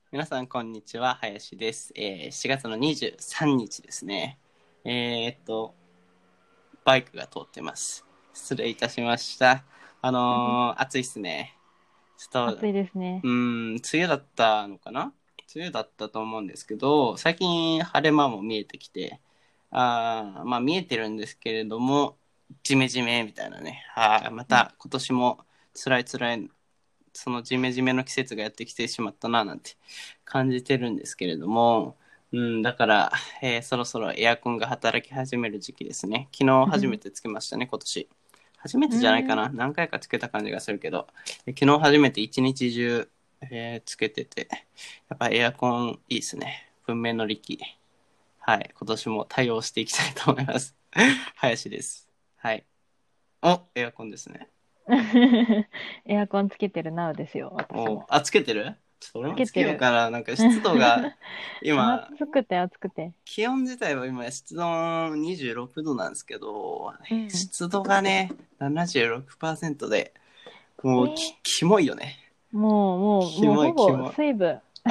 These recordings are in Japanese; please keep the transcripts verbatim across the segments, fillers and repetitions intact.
皆さんこんにちは、林です。えー、しがつのにじゅうさんにちですね。えー、っと、バイクが通ってます。失礼いたしました。あのー、暑いっすね。ちょっと、 暑いですね。 うーん、梅雨だったのかな梅雨だったと思うんですけど、最近晴れ間も見えてきて、あーまあ見えてるんですけれども、ジメジメみたいなね。あーまた今年も辛い辛いそのジメジメの季節がやってきてしまったななんて感じてるんですけれども、うん、だから、えーそろそろエアコンが働き始める時期ですね。昨日初めてつけましたね、今年。初めてじゃないかうん。 な。何回かつけた感じがするけど、え昨日初めて一日中、えーつけてて、やっぱエアコンいいですね。文明の利器。はい、今年も対応していきたいと思います。林です。はい。お、エアコンですね。 エアコンつけてるなうですよ、私も。 おあ、つけてるちょっと俺つもつけけてる。 ようかな。なんか湿度が、今、 暑くて暑くて。 気温自体は今湿度にじゅうろくどなんですけど、 うん。 湿度がね、ななじゅうろくパーセントで、もうき、 えー、 キモいよね。 もう、もう、 キモい、キもうほぼモい。 水分。 うん、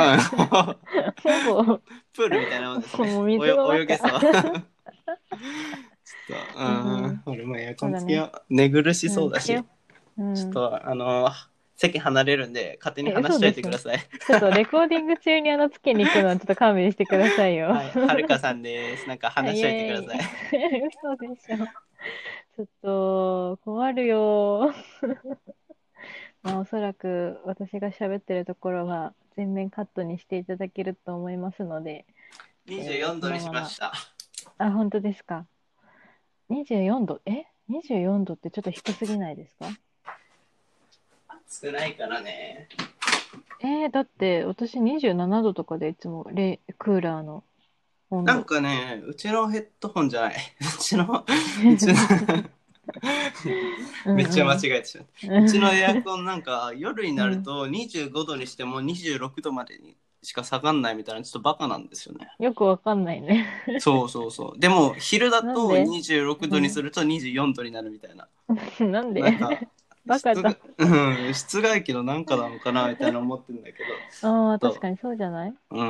もうほぼ、 プールみたいなもんですね。 もう水およ、 の中。 泳げそう。ちょっと、ううん。 ん、俺もエアコそうだね。 ンつけよう。寝苦しうん、 そうだし、 つけよう。うん。 ちょっと、あの席離れるんで、勝手にえ、 話しとい嘘でしょ。 てください。 ちょっとレコーディング中にあのつけに行くのはちょっと勘弁してくださいよ。 はい、はるかさんです。なんかはい、イ話しといてくだエさい。 ーイ。嘘でしょ。ちょっと、困るよ。まあ、おそらく私が喋ってるところは全面カットにしていただけると思いますので、えーにじゅうよんどにそのまま。 しました。 あ、本当ですか。にじゅうよんど、え ?にじゅうよん 度ってちょっと低すぎないですか？ 少ないからね。 えー、だって私にじゅうななどとかでいつもレクーラーの温なん度。 かね、うちのヘッドホンじゃない。うちの、うちのうめっちゃ間違んえてしまった。 うん。 うちのエアコンなんか夜にうん。 なるとにじゅうごどにしてもにじゅうろくどまでにしか下がんないみたいなちょっとバカなんですよね。 よくわかんないね。 そうそうそう。でも昼だとなんで？ にじゅうろくどにすうん。 るとにじゅうよんどになるみたいな。 なんで？ なんかバカだ。 室外、うん、室外機のなんかなのかなみたいな思ってるんだけど、 ああ、確と、 かにそうじゃない？ うん、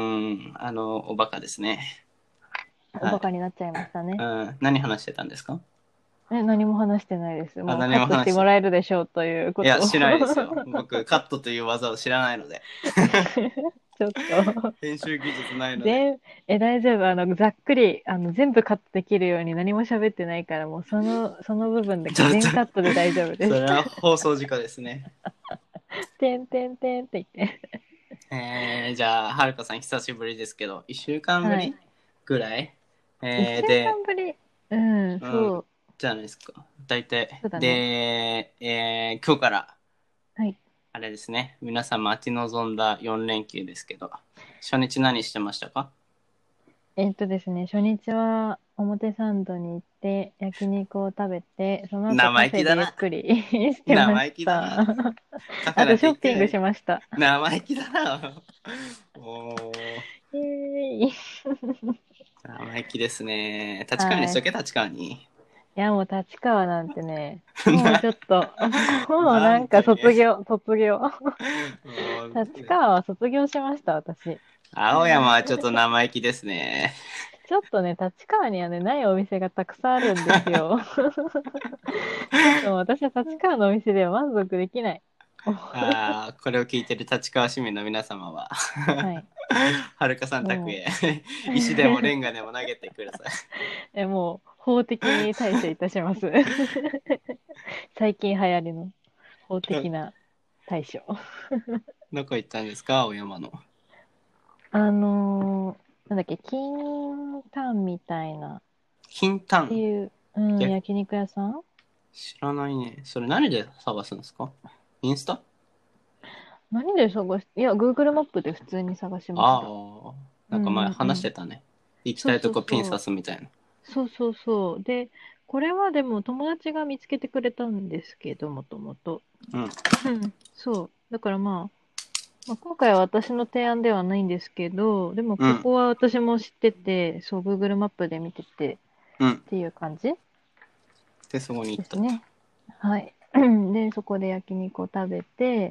あの、おバカですね。 おバカはい。 になっちゃいましたね。 うん、何話してたんですか？ え、何も話してないです。 あ、 もう何カットしても話してない。 もらえるでしょうといういや、 ことを。 しないですよ。僕、カットという技を知らないので。 ちょっと編集技術ないので。 全、え、大丈夫。あの、ざっくり、あの、全部カットできるように何も喋ってないから、もうその、その部分だけちょっと、 全カットで大丈夫です。 それは放送事故ですね。 てんてんてんって言って。 えー、じゃあ、はるかさん久しぶりですけど、いっしゅうかんぶはい。 りぐらいえー、 一週で、 間ぶり。うん、 うん、 そう。 じゃないですか。大体。 そうだね。 で、えー、今日から、 はい。 あれですね。皆さん待ち望んだよん連休ですけど、初日何してましたか？ えっとですね、初日は表参道に行って焼肉を食べて、その後生カフェでゆっ意気だな。 くりしてま生し意気だな。 た。 カフェなんてあとショッピングし行ってねました。 え。生意気だな。おー、 イエーイ。 生意気ですね。立川にしはい。 とけ、立川に。 いや、もう立川なんてね、もうちょっと、もうななんかんてね。 卒業、卒業。 もう立川は卒業しました、私。 青山はちょっと生意気ですね。 ちょっとね、立川にはね、ないお店がたくさんあるんですよ。ちょっともう私は立川のお店では満足できない。 ああ、これを聞いてる立川市民の皆様は、 はい。 はるかさん宅もへう、 石でもレンガでも投げてください。 え、もう、法的に対処いたします。最近流行りの法的な対処。 どこ行ったんですか、青山の。 あのーなんだっけ、金タンみたいなっ金丹。 ていう、ういや、 ん、焼肉屋さん。 知らないね。それ何で探すんですか？インスタ？ 何で探し、いや、Google マップで普通に探しました。 ああ、 うんなんか前うんうん。 話してたね。行きたいとそうそうこピン刺そう。 すみたいな。 そうそうそう。で、これはでも友達が見つけてくれたんですけど、もともと。 うん。 うん。そう。だからまあ、まあ、今回は私の提案ではないんですけど、でもうん。 ここは私も知ってて、そう、Google マップで見ててうん。 っていう感じで、そこに行ったと。 ですね。はい。で、そこで焼肉を食べて、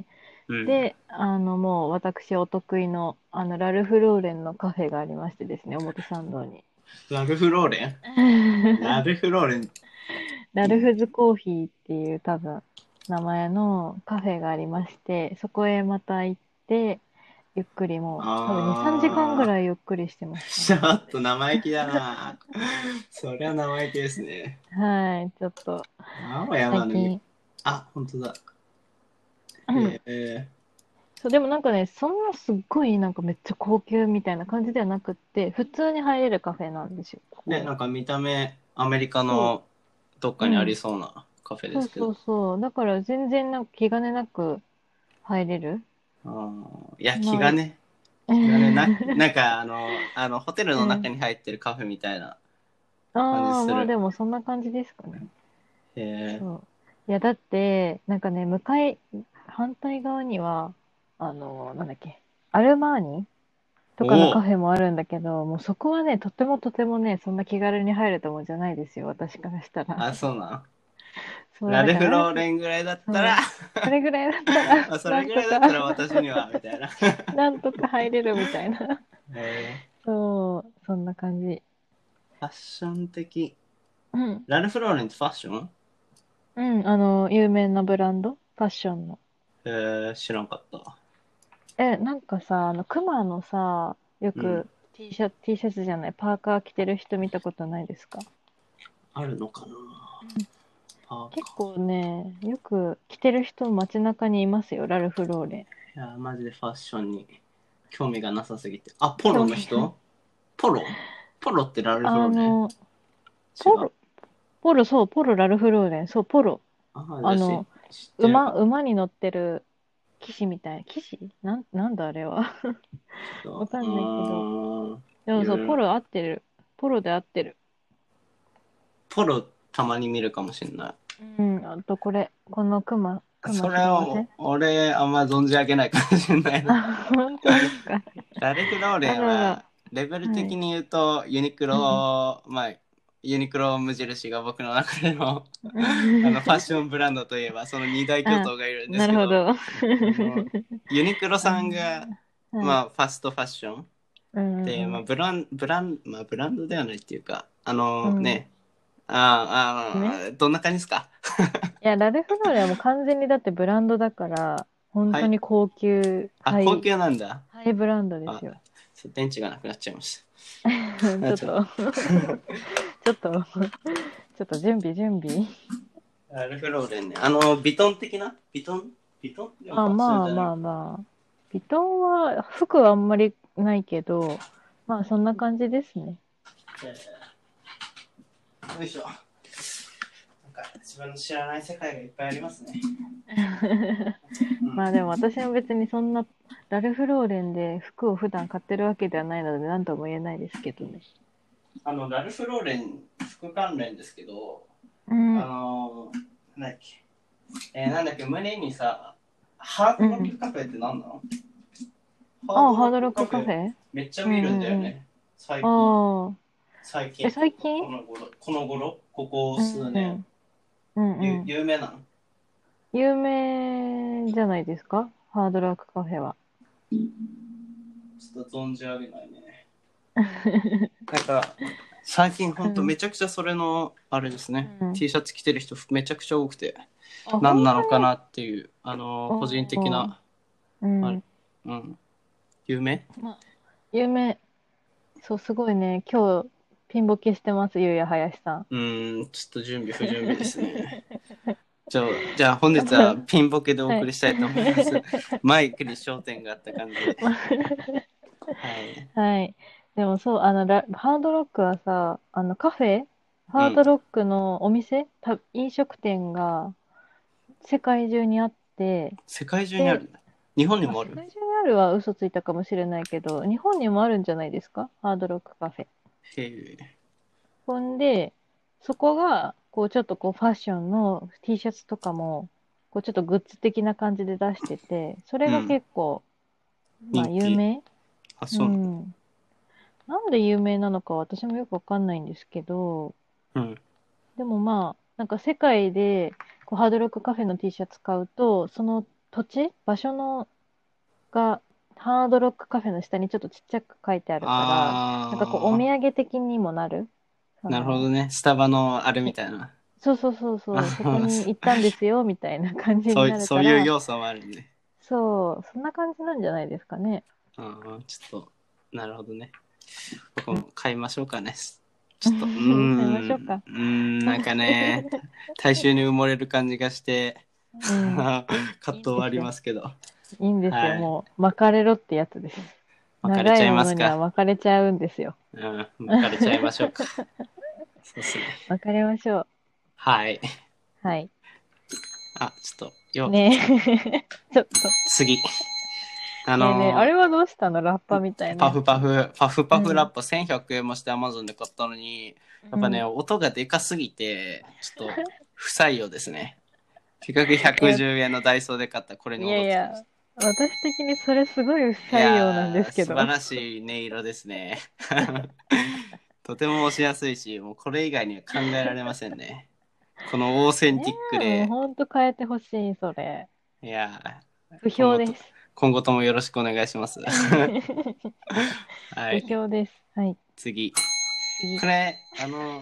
うん。 で、あの、もう私お得意の、あの、ラルフローレンのカフェがありましてですね、表参道に。 ラルフローレンラルフローレン、 ラルフズコーヒーっていう多分名前のカフェがありまして、そこへまた行って、ゆっくりもう多分に、さんじかんぐあらいゆっくりしてましー、 たね、 ちょっとそこで。 生意気だな。そりゃ生意気ですね。 はい、ちょっと青山のみ、 最近。 あ、本当だ。 うん。 へえ。 そう、でもなんかね、そんなすっごいなんかめっちゃ高級みたいな感じではなくって、普通に入れるカフェなんですよ、ここね、 は。 なんか見た目、アメリカそのどっう、 かにありうん。 そうなカフェですけど。 そうそうそう。だから全然なんか気兼ねなく入れる。 あーいや、気まあ、 がね、気がね、な、なんかあの、あの、ホテルの中うん。 に入ってるカフェみたいな感じああ、 する。 まあでもそんな感じですかね。 へえ。 そう。いや、だって、なんかね、向かい、反対側には、あの、なんだっけ、アルマーニとかのおお。 カフェもあるんだけど、もうそこはね、とてもとてもね、そんな気軽に入るともんじゃないですよ、私からしたら。 あ、そうなん。 そう、 ラルフだからラルフ、 ローレンぐらいだったらそう、それぐらいだったら、 あ、それぐらいだっなんとかたら私には、みたいな。 なんとか入れるみたいな。 えそう、そんな感じ。 ー、ファッション的。 うん。 ラルフローレンってファッション？ うん、あの、有名なブランドファッションの。 えー、知らんかった。 え、なんかさ、あの、クマのさ、ようん。 く T シャツ、T シャツじゃない、パーカー着てる人見たことないですか？ あるのかな？パー結カ構ね、よく着てる人街中にいますよ、ラルフローレン。 ー。いや、マジでファッションに興味がなさすぎて。あ、ポロ興味が。 の人？ポロポロってラルフローレン？ あの、 違う？ ポロ、ポロ、そう、ポロラルフローレン、そう、ポロ。 あ、じゃあ知あの、 知ってるか馬、 も。 馬に乗ってる騎士みたい。騎士なん、なんだあれは。 ちょっと、うわかんないけど。 ーん。 でもそう、 いろいろ。 ポロ合ってる。ポロで合ってる。 ポロたまに見るかもしれない。 うん、あとこれ、このクマ、クマそれ知りません？ は俺あんま存じ上げないかもしれないな。 あ、本当ですか？ ラルフローレあらら。 ンはレベルはい。 的に言うとユニクうん。 ロ、まあユニクロ無印が僕の中でのうあのファッん。 ションブランドといえばその二大巨あ、 頭がいるんですけど、 なるほど。 あのユニクロあ、 さんがはい。 まあファストファッションうんで、まあ、 うんブランブランまあブランドではないっていうかあうん。うん。 のね、あね。 ーあーどんな感じですか？ いや、ラルフローレンはもう完全にだってブランドだから、本はい。 当に高級、 あ、高ハイ、 級なんだ。 ハイブランドですあ、 よ。 そう電池がなくなっちゃいました。 ちあとょっとちょっとちょっと準備準備。 ラルフローレンね。あの、ビトン的なビトンビトンでもあ、 ファッションまあまあじゃないのか。 まあ。ビトンは、服はあんまりないけど、まあそんな感じですね。 えー、よいしょ。なんか自分の知らない世界がいっぱいありますね。うまあでもん。 私は別にそんな、ラルフローレンで服を普段買ってるわけではないので何とも言えないですけどね。 あの、ラルフローレン、服関連ですけど、あうん。 のなんだっけ。えー、なんだっけ、胸にさ、ハードロックうん。 カフェって何なの？ハーああ、 ドロッハードロッククカフェカフェ。 めっちゃうん見るんだうんよね。最う近。 ん。ああ。え、 最近っていうか、 最近？ この頃、この頃、ここうん数年。 うん。うんゆ、 うん。 有名なの？ 有名じゃないですか、ハードロックカフェは。 ちょっと存じ上げないね。なんか、最近ほんとめうん。 ちゃくちゃそれの、あれですね、 うん。 T シャツ着てる人めちゃくちゃ多くて、 あ、本何なのか当に？ なっていう、あの、個人的おー。 な、あれ、 うん。 うん、有名？ まあ、有名。そう、すごいね。今日、ピンボケしてます、ゆうやはやしさん。 うーん、ちょっと準備不準備ですね。じゃあ、じゃあ本日はピンボケでおはい。 送りしたいと思います。マイクに焦点があった感じで。 まはい。 はい。でもそう、あの、ラハードロックはさ、あの、カフェうん。 ハードロックのお店た、飲食店が世界中にあって、 世界中にあで、 るんだ。日本にまあ、 もある？ 世界中にあるは嘘ついたかもしれないけど、日本にもあるんじゃないですか、ハードロックカフェ。 へえ。 ほんで、そこが、こう、ちょっとこう、ファッションの T シャツとかも、こう、ちょっとグッズ的な感じで出してて、それがうん。 結構、まあ、 人気。 有名。 あ、 うそうなん。なんで有名なのか私もよくわかんないんですけど、 の？うん。 でもまあ、なんか世界でこうハードロックカフェの T シャツ買うと、その土地場所のが、ハードロックカフェの下にちょっとちっちゃく書いてあるから、なんかこう、お土あ産的にもなる。そー、なるほどの、 ね。スタバのあれみたいな。 そうそうそうそう、そこあに行ったんですよ、みたいな感じにそう、 なるそういうから、 要素もあるね。 そう、そんな感じなんじゃないですかね。 うん、ちょっと、なるほどね。僕うん。 も買いましょうかね。ちょっと、うー買いましょうん、 か。 うーん、なんかね、大衆に埋もれる感じがして、 うん。 葛いい藤はありんですよ。 ますけど。 いいんですよ。 はい。 もう、巻かれろってやつです。長別れちゃいいものにはますか。 巻かれちゃうんですよ。 うん、別れちゃいましょうか。そうっすね。 巻かれましょう。 はい。 はい。 あ、ちょっと、よ、 ねつえ。ちょっと。 次。あねえねえ、あのれはどうしたの？ラッパみたいー、パフなやつ。 パフ、パフパフラッうん。 パせんひゃくえんもして Amazon で買ったのに、やっぱね、 うん。 音がでかすぎて、ちょっと不採用ですね。せっかくいや、 ひゃくじゅうえんのダイソーで買ったこれにいや戻ってきましいや、私的にそれすごい不た。い採用なんでやー、 すけど。 素晴らしい音色ですね。とても押しやすいし、もうこれ以外には考えられませんね。このオーセンねティックえ、もうで、 ほんと変えてほしい、それ。 いやー、 不今後と、 評です。 今後ともよろしくお願いします。は不い、 評です。はい。 次。 次。 これ、あの、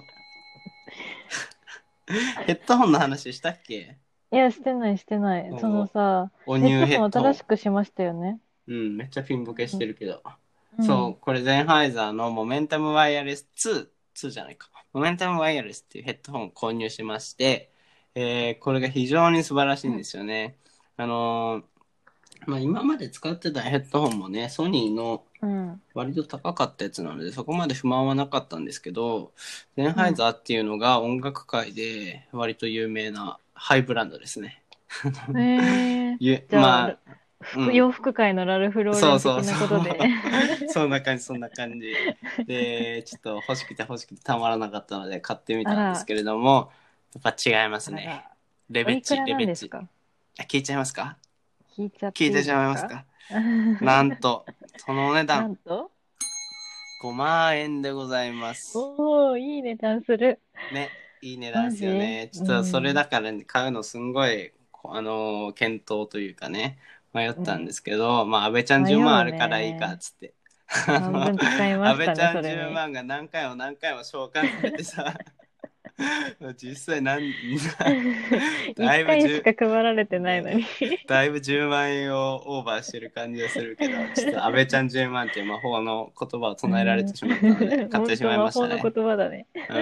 ヘッドホンの話したっけ？ いや、してない、してない。そのもさ、 う、おニューヘッドホンヘッドホン。 新しくしましたよね。 うん、めっちゃピンボケしてるけど。 うん。 そう、これゼンハイザーのモメンタムワイヤレスツー、ツーじゃないか。モメンタムワイヤレスっていうヘッドホンを購入しまして、えーこれが非常に素晴らしいんですよね。あのーまあ、今まで使ってたヘッドホンもね、ソニーのうん。 割と高かったやつなので、そこまで不満はなかったんですけど、ゼンうん。 ハイザーっていうのが音楽界で割と有名なハイブランドですね。 へえ。 ゆじゃあ、ラまあ、う服、 ん。 洋服界のラルフ・ローレそうン的そうそう。 なことで。 そんな感じ、そんな感じ。で、ちょっと欲しくて欲しくてたまらなかったので買ってみあら、 たんですけれども、やっぱ違いますね。 あらら。 レベッチ、 おいくらなんレベッチ。 ですか？ あ、聞いちゃいますか？ 聞いちゃっていい聞いてしですか？ まいますか？なんと、そのお値段、 なんと。 ごまん円でございます。 おー、いい値段する。 ね、いい値段ですマジ。 よね。ちうょっとそれん。 だからね買うのすんごい、こあのー検討というかね、迷ったんでうん。 すけど、まあ、安倍ちゃん10万あ迷うるからいいかっね。 つって。あの、 半分使いましたね、 安倍ちゃん10 それに。 万が何回も何回も召喚されてさ、実際何、 一だいぶ回しか 10、 配られてないのに。 ね、だいぶじゅうまん円をオーバーしてる感じがするけど、ちょっと安倍ちゃんじゅうまんっていう魔法の言葉をう唱えられてん。 しまったので、買って本当しまい魔法の言ましたね。 葉だね。 うん。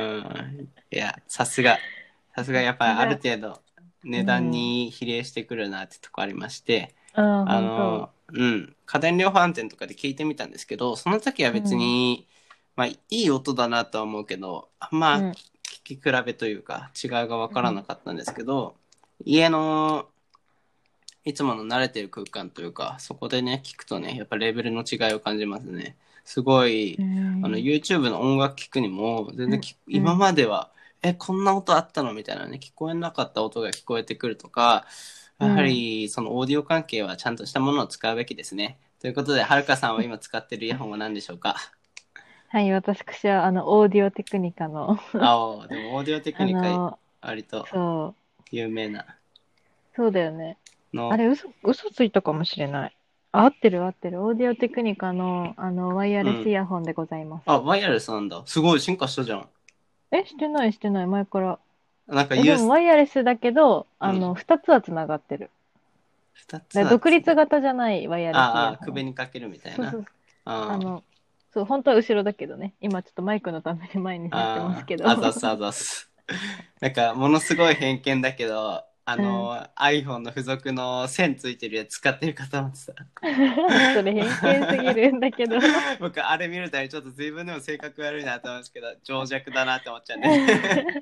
いや、さすが。さすがさやっぱりあるすが。 程度う値段ん。 に比例してくるなってとこありまして、 ああ、 あ本当。 の、うん、家電量販店とかで聞いてみたんですけど、その時は別うん。 に、まあいい音だなとは思うけど、あんまうん。 聞き比べというか違いがわからなうん。 かったんですけど、家のいつもの慣れてる空間というか、そこでね、聞くとね、やっぱレベルの違いを感じますね。すごい、 うあの、 ん。 YouTube の音楽聞くにも、全然聞く今うん。 までは、え、こんな音あったのみたいなね、聞こえなかった音が聞こえてくるとか、やはうん。 り、そのオーディオ関係はちゃんとしたものを使うべきですね。ということで、はるかさんは今使ってるイヤホンは何でしょうか？ はい、私は、あの、オーディオテクニカの、 ああ、でもオーディオテクあニカ、 の、 割とそう、 有名なそうだよね。あの、 れ、嘘、嘘ついたかもしれない。あ合ってる合ってる。オーディオテクニカの、あの、ワイヤレスイうん。 ヤホンでございます。 あ、ワイヤレスなんだ。すごい進化したじゃん。 え、してないしてない、前から。え、でも、 なんかユース、 ワイヤレスだけど、あの、 うん。 二つはつながってる。 二つで、 はつな、 独立型じゃないワイヤレスイああ、 ヤホン。 首にかけるみたいな。 そうそうそう。ああの、そう、本当は後ろだけどね。今ちょっとマイクのために前にあ、 やってますあけど。 あ、あざすあざす。なんか、ものすごい偏見だけど、あうん。 の、iPhone の付属の線ついてるやつ使ってる方もさ、 それ偏見すぎるんだけど。 僕、あれ見るたびちょっと自分でも性格悪いなと思うんですけど、情弱だなって思っちゃうんでね。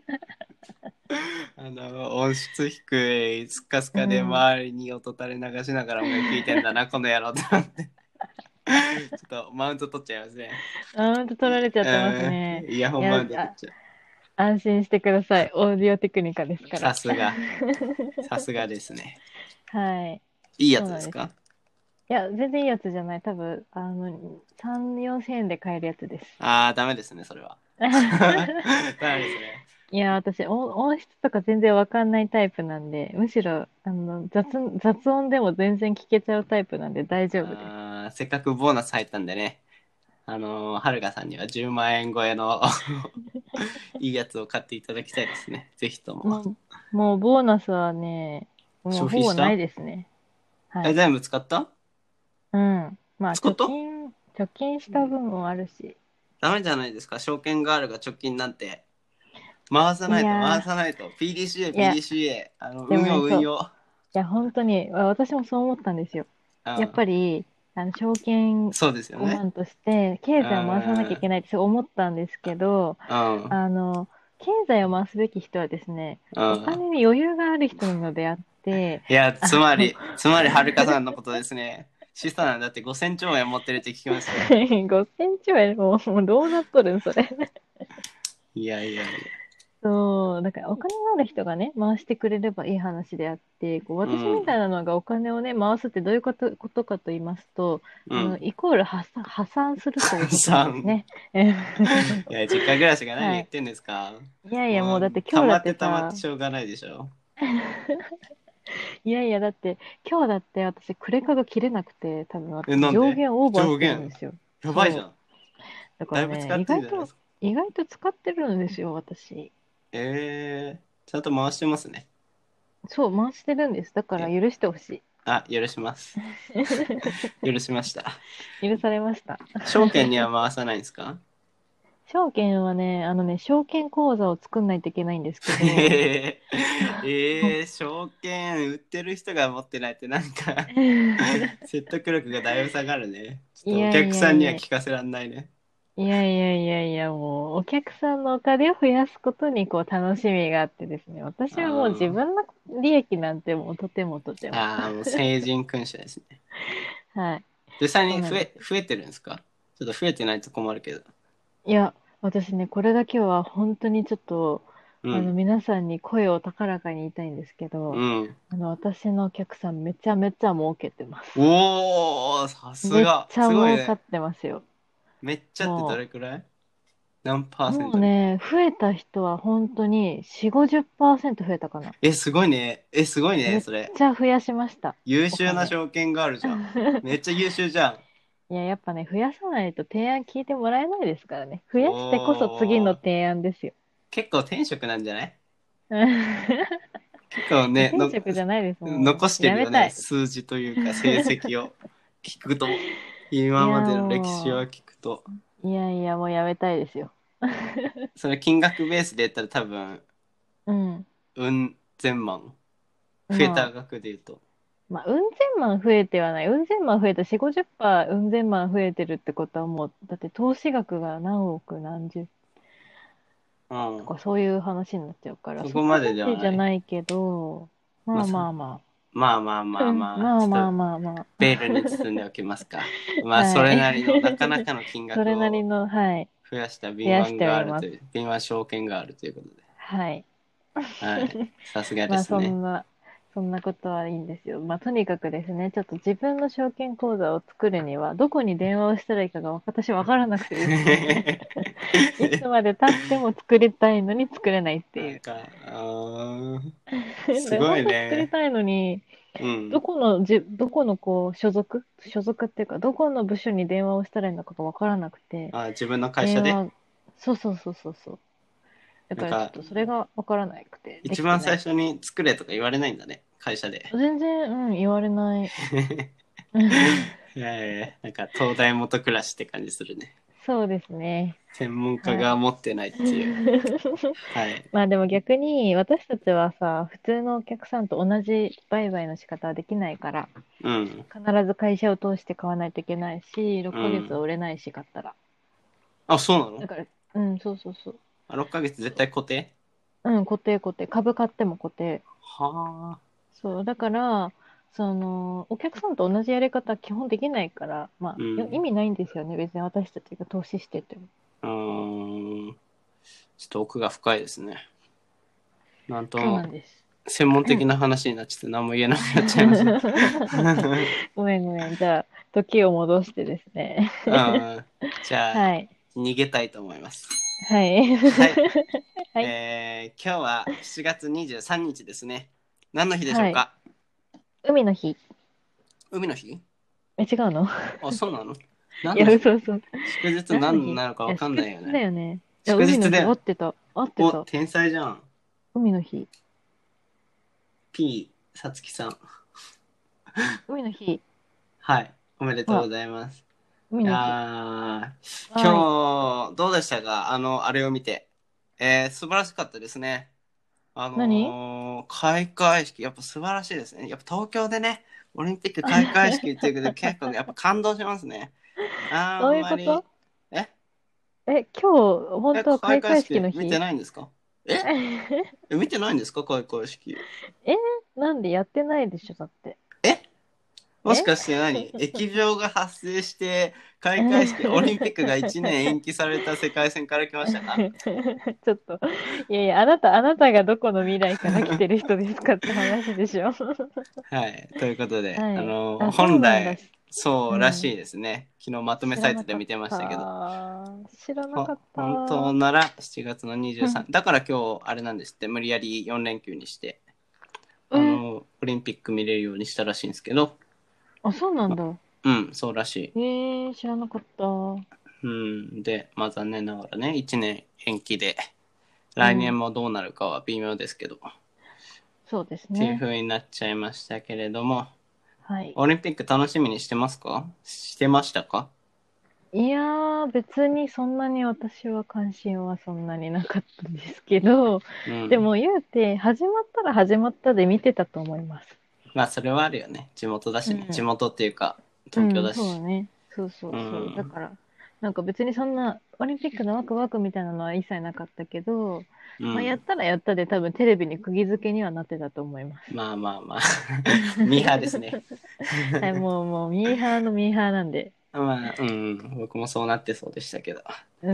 あの、音質低い、スカスカでうん。 周りに音垂れ流しながら音楽聴いてんだな、この野郎って思って。ちょっとマウント取っちゃいますね。 あ、ほんと取られちゃってますね。 イヤホいや、 ンマウント取っあ、 ちゃう。 安心してください。オーディオテクニカですから。 さすが。さすがですね。 はい。 いいやそうなんです。 つですか？ いや、全然いいやつじゃない。多分、あの、さん、よんせん円で買えるやつです。 ああー、ダメですね、それは。ダメですね。 いや、私、音、音質とか全然わかんないタイプなんで、むしろ、あの、雑、雑音でも全然聞けちゃうタイプなんで大丈夫です。 あーせっかくボーナス入ったんでね、あのーはるかさんにはじゅうまん円超えのいいやつを買っていただきたいですね。ぜひとも。 もう、もうボーナスはね、もう消ほぼない費した？ ですね。はえ、 い。 全部使った？ うん。まあ、貯使った？ 金、貯金した分もあるし。 ダメじゃないですか。証券ガールが貯金なんて。回さいないと、回やさないと。ピーディーシーエー、 ー、いや、 ピーディーシーエー。あの、 でもね、 運用、 そう。 運用。 いや、本当に、わ私もそう思ったんですよ。やっうん。 ぱり、あの、証券そうですよね。 ごまんとして、 う経済を回さなきゃいん。 けないってそう思ったんですけど、 うん。 あの、経済を回すべき人はですね、 うん。 お金に余裕がある人なのであって、 いや、つあの、 まり、つまり、はるかさんのことですね。資産だってごせんちょう円持ってるって聞きましたよ。 ごセンチはもう、もうどうなっとるん、それ。 いやいやいや。 そう、だからお金がある人がね、回してくれればいい話であって、こう私みうん。 たいなのがお金をね、回すってどういうこと、ことかと言いますと、あの、 うん。 イコール破産、破産するということなんですさん。 ね。 いや、実家暮らしが何はい。 言ってんですか？ いやいや、 もう、 もうだって溜今日だっまって溜まっててさ、 しょうがないでしょ。 いやいや、だって今日だって私クレカが切れなくて、多分え、 私上なんで？ 限オーバーしてるん上限ですよ。そう。 やばいじゃん。 だからね、 だいぶ使っ意外と、 てるじゃないですか。 意外と使ってるんですよ、私。 えー、ちゃんと回してますね。 そう、回してるんです。だからえ、 許してほしあ、許します。許しました。 い。許されました。 証券には回さないんですか？ 証券はね、あのね、証券口座を作んないといけないんですけど、 えー、えー、証券売ってる人が持ってないってなんか説得力がだいぶ下がるね。ちょっとおいやい客さんにはやいや、い聞かせらんないね。 やいやいやいや、もう、お客さんのお金を増やすことにこう楽しみがあってですね、私はもう自あ分の利益なんてもうとてもとても。 あー、もう成人君主ですね。 はい。 実際に増え、 そうなんです。 増えてるんですか？ちょっと増えてないと困るけど。 いや、私ね、これだけは本当にちょっと、あの、 うん。 皆さんに声を高らかに言いたいんですけど、 うん。 あの、私のお客さんめちゃめちゃ儲けてます。 おー、さすめっが。 ちゃすごいね。 儲かってますよ。 めっちゃってどもれくらい？何パーう、 セントみたいな。 もうね、増えた人は本当によん、ごじゅっパーセント増えたかな。 え、すごいね。え、すごいね、 めっそれ。 ちゃ増やしました。 優秀なお金。 証券があるじゃん。めっちゃ優秀じゃん。 いや、やっぱね、増やさないと提案聞いてもらえないですからね。増やしてこそ次のおー。 提案ですよ。 結構転職なんじゃない？ い結構やね、の、 転職じゃないです、も残しう。 てるよね。 やめたい。 数字というか成績を聞くと。 いや、 今までの歴史をも聞くと。 う、いやいや、もうやめたいですよ。 それ金額ベースで言ったら多分、 うん。 うん千万。増えたまあ、 額で言うと。 まあ、うん千万増えてはない。うん千万増えたよん、ごじゅっパーセントうん千万増えてるってことはもう、だって投資額が何億何十うん。 とかそういう話になっちゃうから、 そそこまこまでではでじゃない。 ないけど、まあまあ、そまあままあまああ。 まあうんまあ、 まあまあちょっとまあまあ。 ベールに包んでおきますか。まあ、そはい。 れなりの、なかなかの金それなり額をの、はい。 増やした増やし敏腕ております。 があるという、敏腕証券があるということで。 はい。 はい。さすがでまあすね。 そんな、そんなことはいいんですよ。まあとにかくですね、ちょっと自分の証券口座を作るには、どこに電話をしたらいいかが私わからなくてですね。いつまで経っても作りたいのに作れないっていう。 なんか、あーすで、 ごい本当作りね。 たいのに、 うん。 どこのじ、どこのこう、所属所属っていうか、どこの部署に電話をしたらいいのかがわからなくて、 あ、自分の会社で電話、そうそうそうそうそう。だからちょっなんか、 とそれがわからなくて、で一きてない。 番最初に作れとか言われないんだね。会社で。 全然、うん、言われない。 えー、なんか東大元暮らしって感じするね。 そうですね。 専門家はい。 が持ってないっていう。はい。 まあでも逆に私たちはさ、普通のお客さんと同じ売買の仕方はできないから、 うん。 必ず会社を通して買わないといけないし、6ヶ月はうん。 売れないし、買ったら。 あ、そうなの？ だから、うん、そうそうそう。 あ、ろっかげつ絶対固定？ うん、固定固定。株買っても固定。 はあ。 そう、だから、その、お客さんと同じやり方は基本できないから、まあ、よ意うん。 味ないんですよね。別に私たちが投資してても。 うーん。ちょっと奥が深いですね。なんとそうなも、 んです。 専門的な話になっちゃって何も言えなくなっちゃいました。 ごめんごめん。じゃあ、時を戻してですね。 うん。じゃあ、 はい。 逃げたいと思います。 はい。 はい。 はい。 えー、今日はしちがつにじゅうさんにちですね。何の日でしょうはい。 か？ 海の日。 海の日？ え、違うの？ あ、そうなの？何いや、 の日？ 嘘嘘。 祝日何何の日？いや、 なのかわかん祝日ないよね。 だよね。いや、海の日、合祝日だよ。 ってた。合ってお、 た。 天才じゃん。 海の日。 P、さつきさん。 海の日。 はい。おめでほら、 とうございます。いや海の日。 ー、 はい。 今日、どうでしたか？あの、あれを見て。えー、素晴らしかったですね。あ何？ のー開会式、やっぱ素晴らしいですね。やっぱ東京でね、オリンピック開会式っていうことで結構やっぱ感動しますね。あどうんまり、 いうこと？ ええ、今日、本え、 当は開会開会式式見ての日？ ないんですか？ええ、 え見てないんですか開会式？ なんでやってないでしょ、だって。 えもしえかして何疫病が発生して開会式、オリンピックがいちねん延期された世界線から来ましたか？ ちょっと、いやいや、あなた、あなたがどこの未来から来てる人ですかって話でしょ。 はい。ということで、あはい。 のーあ、そうなんだ。 本来、そうらしうん。 いですね。昨日まとめ知らなかっサイトで見てましたけど。 た。知らなほかった。 本当ならしちがつのうん。 にじゅうさんだから今日あれなんですって無理やりよん連休にしてあえ、 のオリンピック見れるようにしたらしいんですけど、 あ、そうなんま、 だ。 うんそうらしい。 えー、知らなかった。ううんでまあ残念ながらねいちねん延期で来年ん。 もどうなるかは微妙ですけどっそうですていうね。 風になっちゃいましたけれども、 はい。 オリンピック楽しみにしてますか？してましたか？ いやー、別にそんなに私は関心はそんなになかったですけど、でうんも言うて、始まったら始まったで見てたと思います。 まあそれはあるよね、地元だしね、地うん。 元っていうか東京うん、 だし。 そうだね。そうそううそう。だんから、なんか別にそんな、オリンピックのワクワクみたいなのは一切なかったけど、まあ、やっうんたらやったで多分テレビに釘付けにはなってたと思います。 まあまあまあミーハーですね。 はい、もう、もう、ミーハーのミーハーなんで。 まあ、うん、僕もそうなってそうでしたけど。 うん。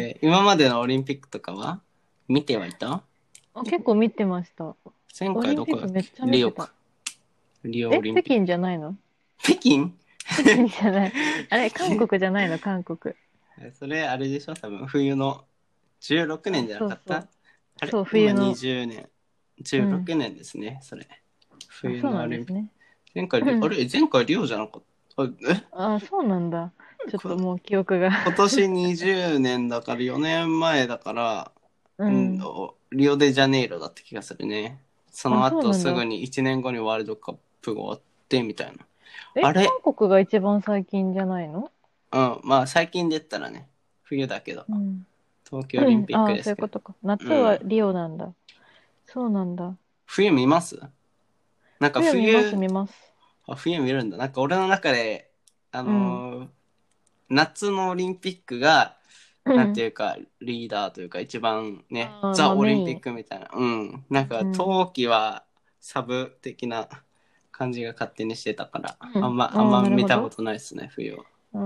えー今までのオリンピックとかは見てはいた？ あ、結構見てました。 前回オリンどこだっけ？ ピックめっちゃ見てた。 リオか。リオオえ、北京リンピック。 じゃないの？ 北京？ 北京じゃない。あれ、韓国じゃないの？韓国。 それあれでしょ多分冬のじゅうろくねんあ、 じゃなかった？ そうそう。 あれそう、 今冬の。 にじゅうねん。16 うん。 年ですね、それ。 あ、 冬そうのオリンピック。 なんですね。 前回リ、あうん。 れ前回リオじゃなかった？あえあ、そうなんだ。ちょっとこもう記憶が。 今年にじゅうねんだからよねんまえだから、うん、 うん。 リオデジャネイロだった気がするね。そあ、 のそうなんだ。 後すぐにいちねんごにワールドカップが終わってみたいな。 え、 あれ韓国が一番最近じゃないの？ うん、まあ最近で言ったらね、冬だけど、 うん。 東京オリンピックああ、 ですけど。 そういうことか。夏うん。 はリオなんだ。そうなんだ。 冬見ます？なんか冬見ます、 冬、 見ます。 あ、冬見るんだ。なんか俺の中で、あうん。 のー夏のオリンピックが、なんてうん。 いうか、リーダーというか、一番ね、 ああ、まザ・あオリンピッメイン。 クみたいな。うん。なんか、 うん。 冬季はサブ的な感じが勝手にしてたから、 うん。 あんま、あんああ、 まなるほど。 見たことないですね、冬は。 うん。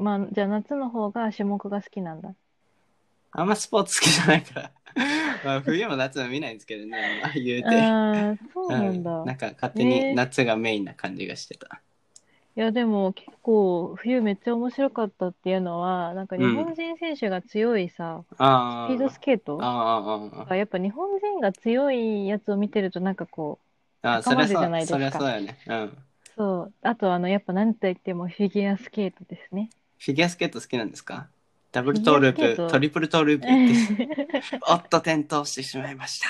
まあ、じゃあ夏の方が種目が好きなんだ。 あんまスポーツ好きじゃないからまあ、冬も夏も見ないんですけどね、あんま言うて。 ああ、そうなんうん。なだ。 んか、勝手にええ、 夏がメインな感じがしてた。 いや、でも結構冬めっちゃ面白かったっていうのは、なんか日本うん。 人選手が強いさ、スピードあスケーあ、あトあ、ああ、 がやっぱ日本人が強いやつを見てるとなんかこう、 ああ、 高まるじゃそりゃそう、そりないですか。 ゃそうよね。うん。 そう。あとあの、やっぱ何と言ってもフィギュアスケートですね。 フィギュアスケート好きなんですか？ダブルフィギュアストーループ、トケートリプルトーループです。おっと、転倒してしまいました。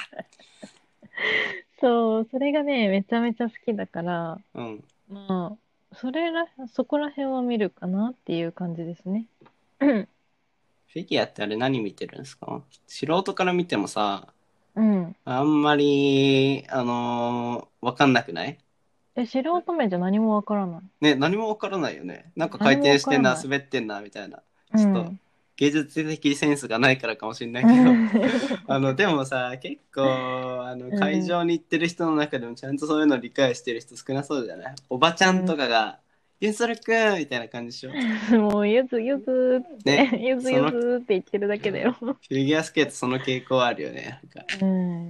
そう、それがね、めちゃめちゃ好きだから、 うん。 まあ、それら、そこら辺は見るかなっていう感じですね。うん。 フィギュアってあれ何見てるんですか？素人から見てもさ、 うん。 あんまり、あのーわかんなくない？ え、素人目じゃ何もわからない。 ね、何もわからないよね。なんか回何もわ転してんな、 からない。 滑ってんな、みたいな。ちょっと、 うん。 芸術的センスがないからかもしれないうけど、 ん。 あの、でもさ、結構、あの、 うん。 会場に行ってる人の中でもちゃんとそういうの理解してる人少なそうじゃない？おばちゃんとかが、ゆそるくんみたいな感じでしょ？ もう、ゆずゆずっね、 て、ゆずその、 ゆずって言ってるだけだよ。 フィギュアスケートその傾向あるよね。なんか、 うん。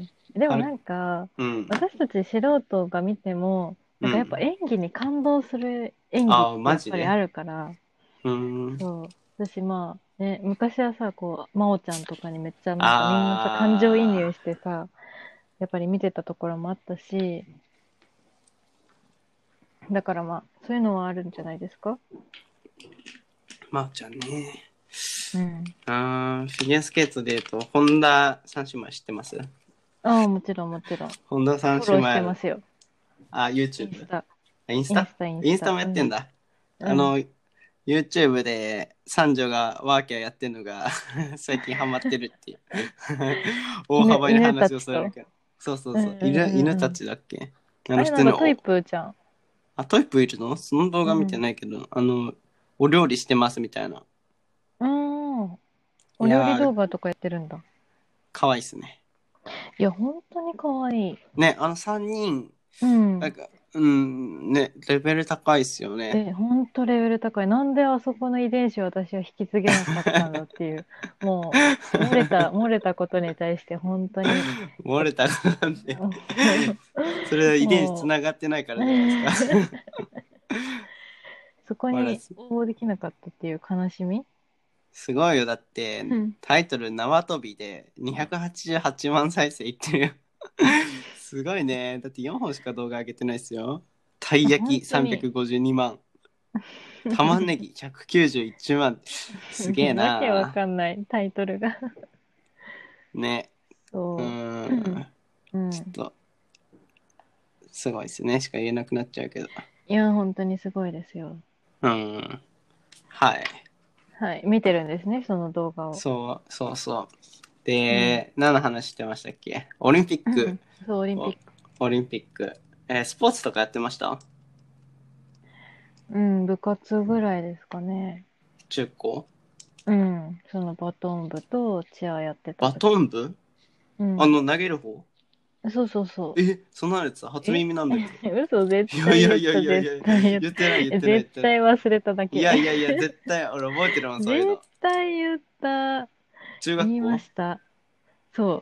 でもはる、 なんか、 うん、 私たち素人が見ても、なんかやっぱうん。 演技に感動する演技っああ、 てやっぱりあマジで？ るから、 うーん。 そう。私まあ、 ね、昔はさ、こう、真央ちゃんとかにめっちゃなんかみんなさ、感情移入あしてさ、やっぱり見てたところもあったし、だからまあ、そういうのはあるんじゃないですか？ ー、まおちゃんね。 うん。 あーフィギュアスケートで言うと、本田三姉妹知ってます？ ああ、もちろんもちろん。 本田三フォローして姉妹、 ますよ。 あ、 インス YouTube？ タ。 インスタインスタ、インスタ。 インスタもやうん。 ってんだ。 うん。 あの、YouTube で三女がワーキャーやってんのが最近ハマってるっていう。大犬、 幅に犬た話をちと。 それるけど。そうそうそう。 うんうん犬、 うんうん。 犬たちだっけ？あのあれ普通にお、 なんかトイプーじゃん。 あ、トイプいるの？その動画見てうん。 ないけど、あの、お料理してますみたいな。 うーん。お料理いやー、 動画とかやってるんだ。 かわいいっすね。 いや、本当に可愛い。 ね、あのさんにん、 うん。 なんか、うん、ね、レベル高いっすよね。 え、ほんとレベル高い。なんであそこの遺伝子を私は引き継げなかったんだっていう、もう、漏れた、漏れたことに対して本当に、 漏れたなんで。それは遺伝子つもながってないかう、 らじゃないですか。 そこに笑す応募できなかったっていう悲しみ。 すごいよ。だって、 うん。 タイトル縄跳びでにひゃくはちじゅうはちまん再生いってるよ。すごいね。だってよんほんしか動画上げてないですよ。たい焼き本当に。 さんびゃくごじゅうにまん。玉ねぎひゃくきゅうじゅういちまん。すげえわけわな。 かんないタイトルが。 ね。うーそん。 う。うん。 ちょっと、すごいですね。しか言えなくなっちゃうけど。 いや、本当にすごいですよ。 うん。はい。 はい。見てるんですね、その動画を。 そう、そうそう。 うん。 で、何の話してましたっけ？オリンピック。 そう、オリンピおック。 オリンピック。えースポーツとかやってました？ うん、部活ぐらいですかね。 中高？ うん。そのバトン部とチアやってたバ時。 トン部？ うん。 あの、投げる方？ そうそうそえ、そんなやつ初う。え耳なんだけど。 嘘、絶いやいやいや対言った、絶いやいや、 対言った。 言ってない言ってない言っ絶てない。 対忘れただいけ。 やいやいや、絶対、俺覚えてるもん、そういう絶の。 対言った。言いま中学校？ した。そう。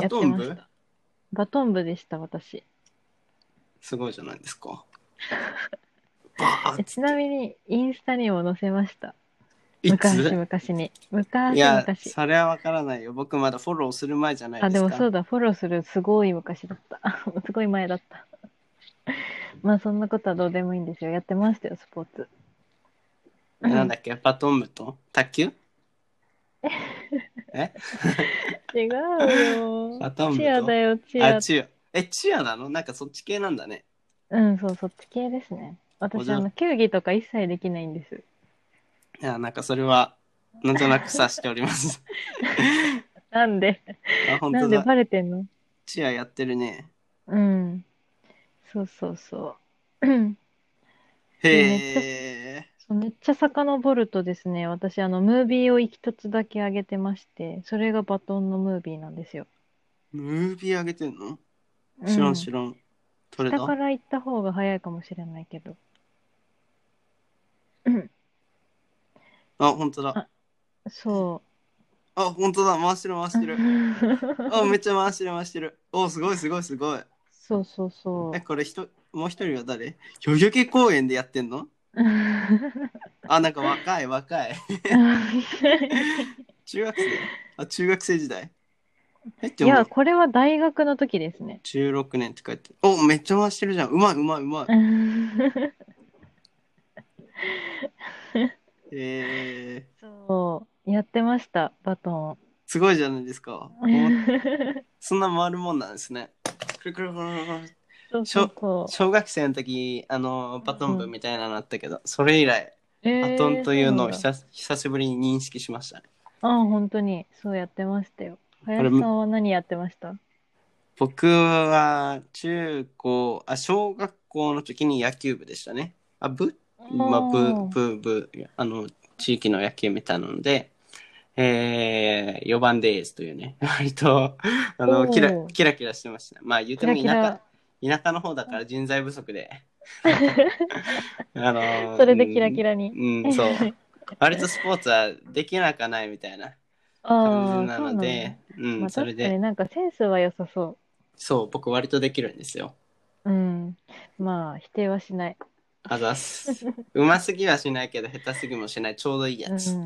バやっトン部？ てました。バトン部でした、私。 すごいじゃないですか。バーっえちなつって。 みに、インスタにも載せました。昔いつ？ 々に。 いや、 昔々。 それはわからないよ。僕まだフォローする前じゃないあ、 ですか。 でもそうだ、フォローするすごい昔だった。すごい前だった。まあそんなことはどうでもいいんですよ。やってましたよ、スポーツ。 え、なんだっけ？バトン部と卓球？え？ 違うよ。 バトンチ部と、 アだよ、チあ、 ア。 チア。え、チアなの？なんかそっち系なんだね。 うん、そう、そっち系ですね。私、あおじゃ、 の、球技とか一切できないんです。 いや、なんかそれは、なんとなく察しております。 なんで、 あ、本なんで当だ。 バレてんの？ チアやってるね。 うん。そうそうそう。 へで、めっちゃ、 え。 そうめっちゃ遡るとですね、私、あの、ムービーを一つだけ上げてまして、それがバトンのムービーなんですよ。 ムービー上げてんの？知らんうん。 知らん。どれだ？ 下から行った方が早いかもしれないけど。うんあ、本当だ。 あ、そあ、本当だ。回してる回しう。 てる。あ、めっちゃ回してる回してる。お、すごいすごいすごい。 そうそうえ、 そこれ人、もう一人は誰？代々木公園でやってんの？ う。 あ、なんか若い若い。中学生？あ、中学生時代？え、でいや、 も、 これは大学の時ですね。 じゅうろくねんって書いてる。お、めっちゃ回してるじゃん。うまいうまいうまい。えー、 そう、やってました、バトン。 すごいじゃないですか。おもそんな回るもんなんですね。くるくるくるくるくる。 そうそう小そ小学生の時、あの、バトう。 ンうん。 部みたいなのあったけど、それ以来、バトンえー、 というのをそうなんだ。 久久しぶりに認識しましたね。 ああ、本当に、そうやってましたよ。 これ、 林さんは何やってました？ 僕は中高、あ、小学校の時に野球部でしたね。あ、部あまあ、部、 あ、 部、部、あの、地域の野球みたいなので、えー、よばんでーすというね、割と、あおの、キラ、 お、 キラキラしてましたね。まあ、言うてキも田舎、 ラキラ。 田舎の方だから人材不足で、あの、うそれでキラキん、 ラに。 うん、そう。割とスポーツはできなくはないみたいな感じああ、 なそうなんだ。 ので、うん、 まあそれで、 確かになんかセンスは良さそそう、僕割とできるんですよ。 う。うん。まあ、否定はしない。 あざっす。うますぎはしないけど、下手すぎもしない、ちょうどいいやうつ。 ん。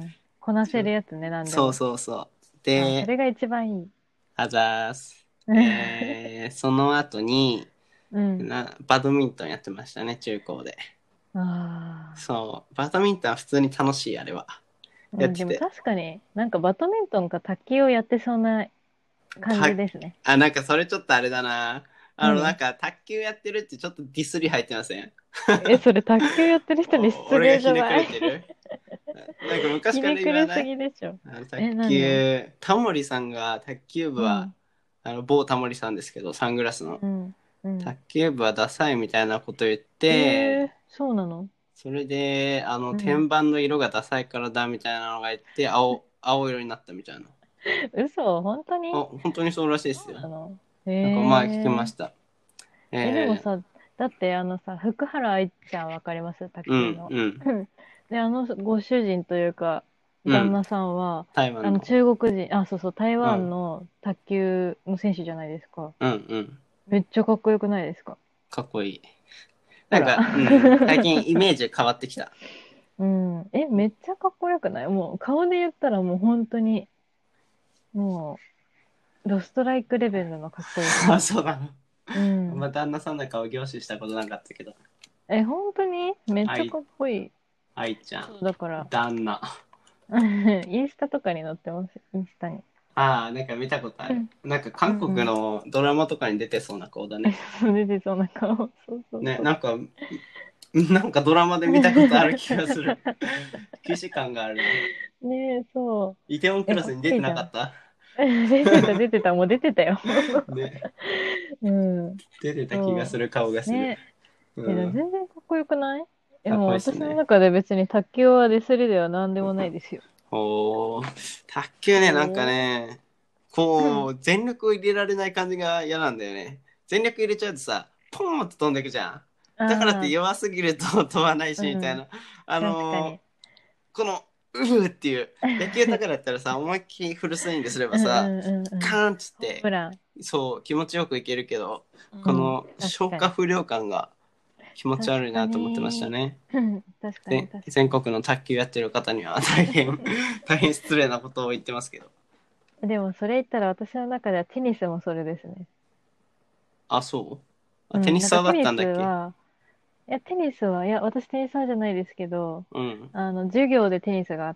こなせるやつね、なんでそうも。 そうそう。 あ、そで、 れが一番いい。 あざーす。えー、その後にうん。 な、バドミントンやってましたね、中高で。 あそう、バドミントンは普通に楽しい、あれは。 あ。うん、でもやってて。 確かに、なんかバドミントンか卓球をやってそうな感た、 じですね。 あ、なんかそれちょっとあれだな。あの、なん何？ か卓球やってるってちょっとディスり入ってません？ え、それ卓球やってる人にお失俺がひねく礼じゃない？ れてる？なんか昔ひからねくれす言わない？ ぎでしょ。 あの卓え、何を？ 球、タモリさんが卓球部は、 うん、 あの某タモリさんですけど、サングラスの。 うん、うん。 卓球部はダサいみたいなこと言っえー、 て、 そうなの？ それで、あの、 うん。 天板の色がダサいからだみたいなのが言って、青、青色になったみたいな。 嘘？本当あ、 に？ 本当にそうらしいですよ。 そうなの？ なんか前聞きまえー。 した。 え、でもえさ、だってあのさ、福原愛ちゃんわかります？卓ー、うん、 球の。 うん、 で、あのご主人というか、 うん。 旦那さんは、あの台湾の。 中国人、あ、そうそう、台うん、 湾の卓球の選手じゃないですか。 うん、うん。 めっちゃかっこよくないですか？ かっこいい。なほら。 んか、うん、最近イメージ変わってきた。 うん。え、めっちゃかっこよくない？もう顔で言ったらもう本当に、もう、ドストライクレベルのかっこよさ。 あ、そうなの。 うん。 まあ、旦那さんの顔凝視したことなかったけど。 え、本当にめっちゃ愛、 かっこいい。 愛ちゃん。 そう、だから、 旦那。 インスタとかに載ってます。インスタに。 ああ、なんか見たことある。 うんなんかう韓国ん。 のドラマとかに出てそうな顔だえ、 ね。 そう出てそうな顔。そうそうね、 そう。 なんか、なんかドラマで見たことある気がする。既視感があるな。 ねえ、そう。 イテウォンクえ、かっラスに出てこいいじゃん。 なかった？ 出てた、出てた、もう出てたよ。 ね、 うん。 出てた気がすそる顔がう。 する。 ねえ、でもうん。 全然かっこよくない？え、 かっこいいもうっすね。 私の中で別に卓球はディスりでは何でもないですよ。 おー、卓球ね、なんかおー。 ね、 うん。 こう、全力を入れられない感じが嫌なんだよね。全力入れちゃうとさ、ポーンと飛んでくじゃん。だからってあ弱すぎると飛ばないあ、 し、みうん。 たいな。あの確かに。 ーこの、うふーっていう、野球とかだったらさ、思いっきりフルスイングすればうんさ、 うんうんうん。 カーンっつっホームて、 ラン。 そう、気持ちよくいけるけど、こうん。 の確かに。 消化不良感が気持ち悪い確かなと思ってましたに。 ね。 うん。確かに、 で、 確かに。 全国の卓球やってる方には大変、大変失礼なことを言ってますけど。 でもそれ言ったら私の中ではテニスもそれですね。 あ、そうあ、テニうん。なんスサーだっかテニスたんだっけ？ は、いや、テニスは、いや、私テニスはじゃないですけど、 うん、 あの、授業でテニスがあって、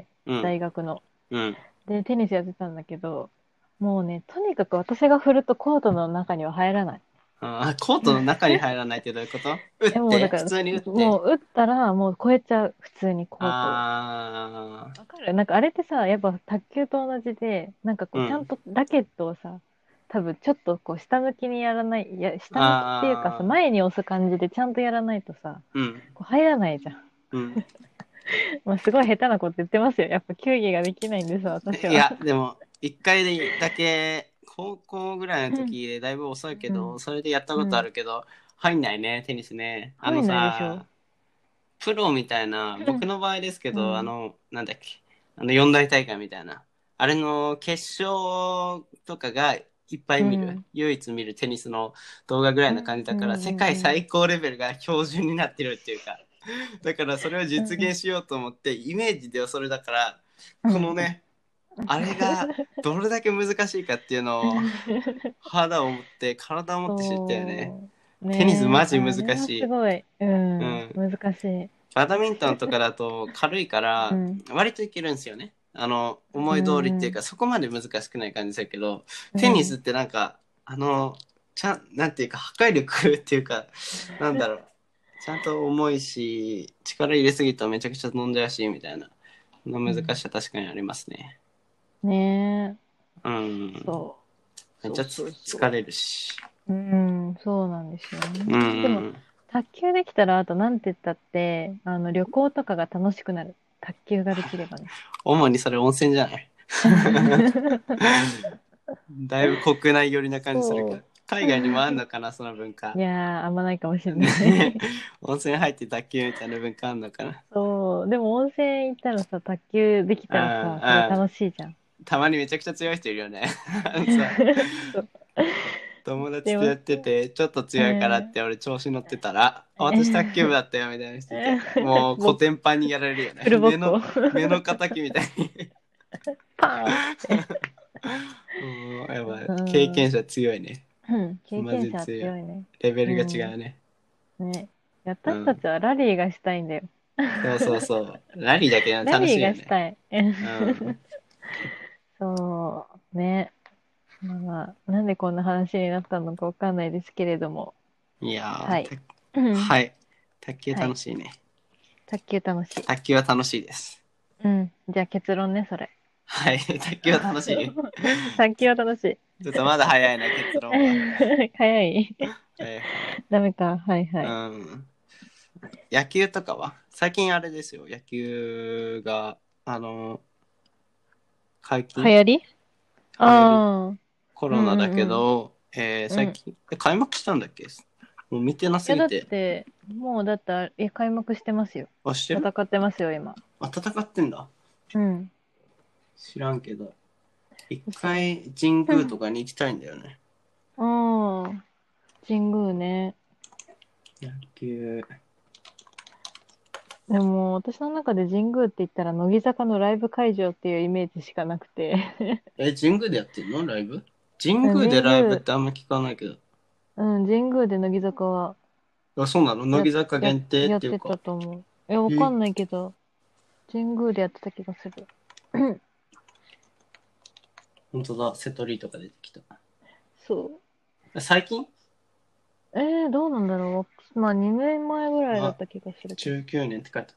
うん、 大学の。 うん。 で、テニスやってたんだけど、もうね、とにかく私が振るとコートの中には入らない。 あ、コートの中に入らないってどういうこと？打っえ、もうだてから、 普通に打って？ もう打ったらもう超えちゃう。普通にコートを。 あわかる？なんかあれってさ、やっぱ卓球と同じで、なんかこー、 う、 うん。 ちゃんとラケットをさ、多分ちょっとこう、下向きにやらない、いや、下向きっていうかさ、 あ前に押す感じでちゃんとやらないとさ、 ー、うん、 こう入らないじゃん。 うん。 まあ、すごい下手なこと言ってますよ。やっぱ球技ができないんです、私は。 いや、でも、一回だけ、高校ぐらいのうん。 時でだいぶ遅いけど、 うん。 それでやったことあうん。 るけど、入んないね、テニスね。あの入んないでしょ？ さ、プロみたいな、僕の場合ですけど、あうん。 の、なんだっけ、あの、四大大会みたいな、あれの決勝とかがいっぱい見る、 うん。 唯一見るテニスの動画ぐらいな感じだから、 うん。 世界うん。 最高レベルが標準になってるっていうか、だからそれをうん。うん。 実現しようと思って、イメージではそれだから、 うん。 このね、あれがどれだけ難しいかっていうのを肌を持って体を持って知ったよね。 そう。 テニスねえ、 マジ難あれはしい。 すごい。うん。 うん。 難しい。 バドミントンとかだと軽いからうん。 割といけるんですよね。あの、思うい通りっていうん。 かそこまで難しくない感じだけど、 うん。 テニスってなんか、あの、ちゃん、なんていうか破壊力っていうか、なんだろう。ちゃんと重いし、力入れすぎるとめちゃくちゃ飛んじゃうし、みたいな。のうん。 難しさ確かにありますね。 ねえ。 うん。 そう。そうめっちゃつそうそ疲れるし。 う。うん、そうなんですようね。でも、 ん。 卓球できたら、あとなんて言ったって、あの、旅行とかが楽しくなる。卓球ができればね。 主にそれ温泉じゃない？だいぶ国内寄りな感じするけど。 そ海う。 外にもあんのかな、その文化。 いやー、あんまないかもしれなね、 い。 温泉入って卓球みたいな文化あんのかな。 そう。でも温泉行ったらさ、卓球できたらさ、すごいああ、 楽しいじゃん。 たまにめちゃくちゃ強い人いるよね。あのさ、 そう。 友達とやってて、ちょっと強いからって俺調子乗ってたら、あ、私卓球部だったよみたいな人いて、もうコテンパンにやられるよね。 フルボッコ目の、目の敵みたいに。 パーンって。 もうやばい。 うん経験者強いね。 うん経マジ験者強い。 強いね。 レベルが違うね。 ね。私たうん。 ちはラリーがしたいんだよ。 そうそうそう。ラリーだけでラリー楽しいよね。 がしたい。 うん。 そうね。まあ、なんでこんな話になったのかわかんないですけれども。 いやはい。 ー、たうんはい。卓球はい。 楽しいね。 卓球楽しい。 卓球は楽しいです。 うん。じゃあ結論ね、それ。 はい。卓球は楽しい。 卓球は楽しい。 ちょっとまだ早いな、結論は。 早い。 はいはい。 ダメか。はいはうい。 ん。野球とかは最近あれですよ。野球が、あの、解禁流行り流行りああ。 コうんロナだけうんど、えーうん。うん。い最近、え開幕したんだっけ？もう見てなすや、だっぎて。 て、もうだってあれ、え開幕してますよ。 あ、してる？ 戦ってますよ、今。 あ、戦ってんだ。 うん。 知らんけど。一嘘。 回神宮とかに行きたいんだよね。 ああ。神宮ね。 野球。 でも、私の中で神宮って言ったら、乃木坂のライブ会場っていうイメージしかなくて。 え、神宮でやってんのライブ？神うん宮でライブっ神宮、 てあんま聞かないけど。 うん、神宮で乃木坂はあ、そうなの？乃や、 木坂や、 限定っやってたていうか。 と思う。え、わかえ、 んないけど、神宮でやってた気がする。 本当だ。瀬戸リーとか出てきた。 そ最近？ う。えー、どうなんだろう。まあ、にねんまえぐらいだっあ、 た気がするけど。 じゅうきゅうねんって書いてあった。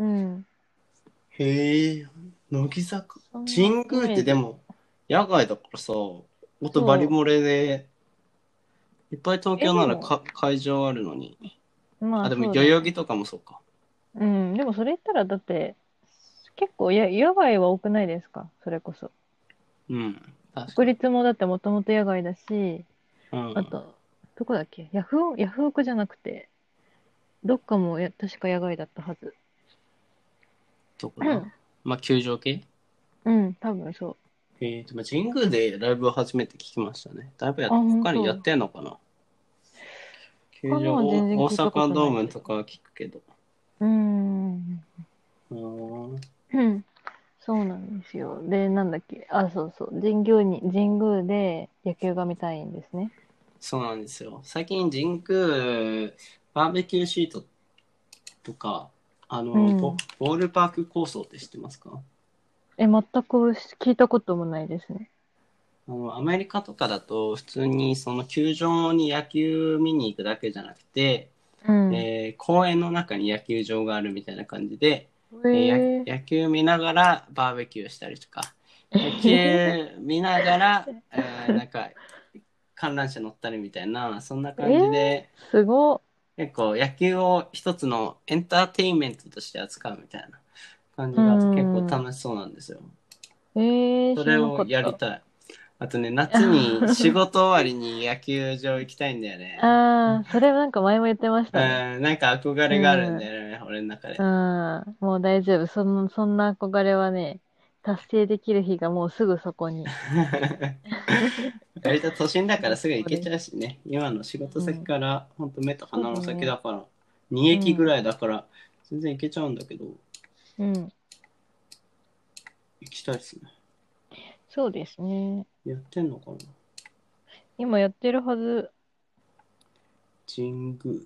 うん。 へえ、乃木坂。 そんな神宮っイメージ。 てでも、野外だからさ、音バリそ漏れで、いっぱい東う。え、 京ならでも、 か会場あるのに。あ、 まあでもそうだね。 代々木とかもそうか。 うん。でもそれ言ったら、だって、結構や、野外は多くないですかそれこそ。 うん、確かに。 国立もだってもともと野外だし、 うん。 あと、どこだっけヤフオ、ヤフオクじゃなくて、どっかもや確か野外だったはず。 どこだ？まあ、球場系？ うん、多分そう。 えー、でも神宮でライブを初めて聞きましたね。だいぶや、 あ、本他にやっ当。 てんのかな？球場、 他のは全然大聞いたこ阪とないけど。 ドームとかは聞くけど。 うーん。 うーん、 うん。そうなんですよ。で、なんだっけ。あ、そうそう。神宮に、神宮で野球が見たいんですね。 そうなんですよ。最近神宮、バーベキューシートとか、あの、ボ、 うん。 ボールパーク構想って知ってますか？ え、全く聞いたこともないですね。 あの、アメリカとかだと、普通にその球場に野球見に行くだけじゃなくて、 うん。 えー公園の中に野球場があるみたいな感じで、えーえや野球見ながらバーベキューしたりとか、野ー、 球見ながら、えーなんか観覧車乗ったりみたいな、そんなえ感じー、 で、 すご。 結構野球を一つのエンターテインメントとして扱うみたいな感うじがあって結構ん。 楽しそうなんですよ。 えー、知らなそれをかった。 やりたい。あとね、夏に仕事終わりに野球場行きたいんだよね。 ああ、それはなんか前も言ってましうん、 たね。 なんか憧うれがあるんだん。 よね、俺の中うで。 ん。もう大丈夫。その、そんな憧れはね、達成できる日がもうすぐそこに。 割と都心だからもうすぐ行けちそこです。 ゃうしね。今の仕事先うん。 からほんと目とそう鼻の先だだね。 から、にうん。 駅ぐらいだから全然行けちゃうんだけど、 うん。 行きたいですね。 そうですね。 やってんのかな？ 今やってるはず。 神宮。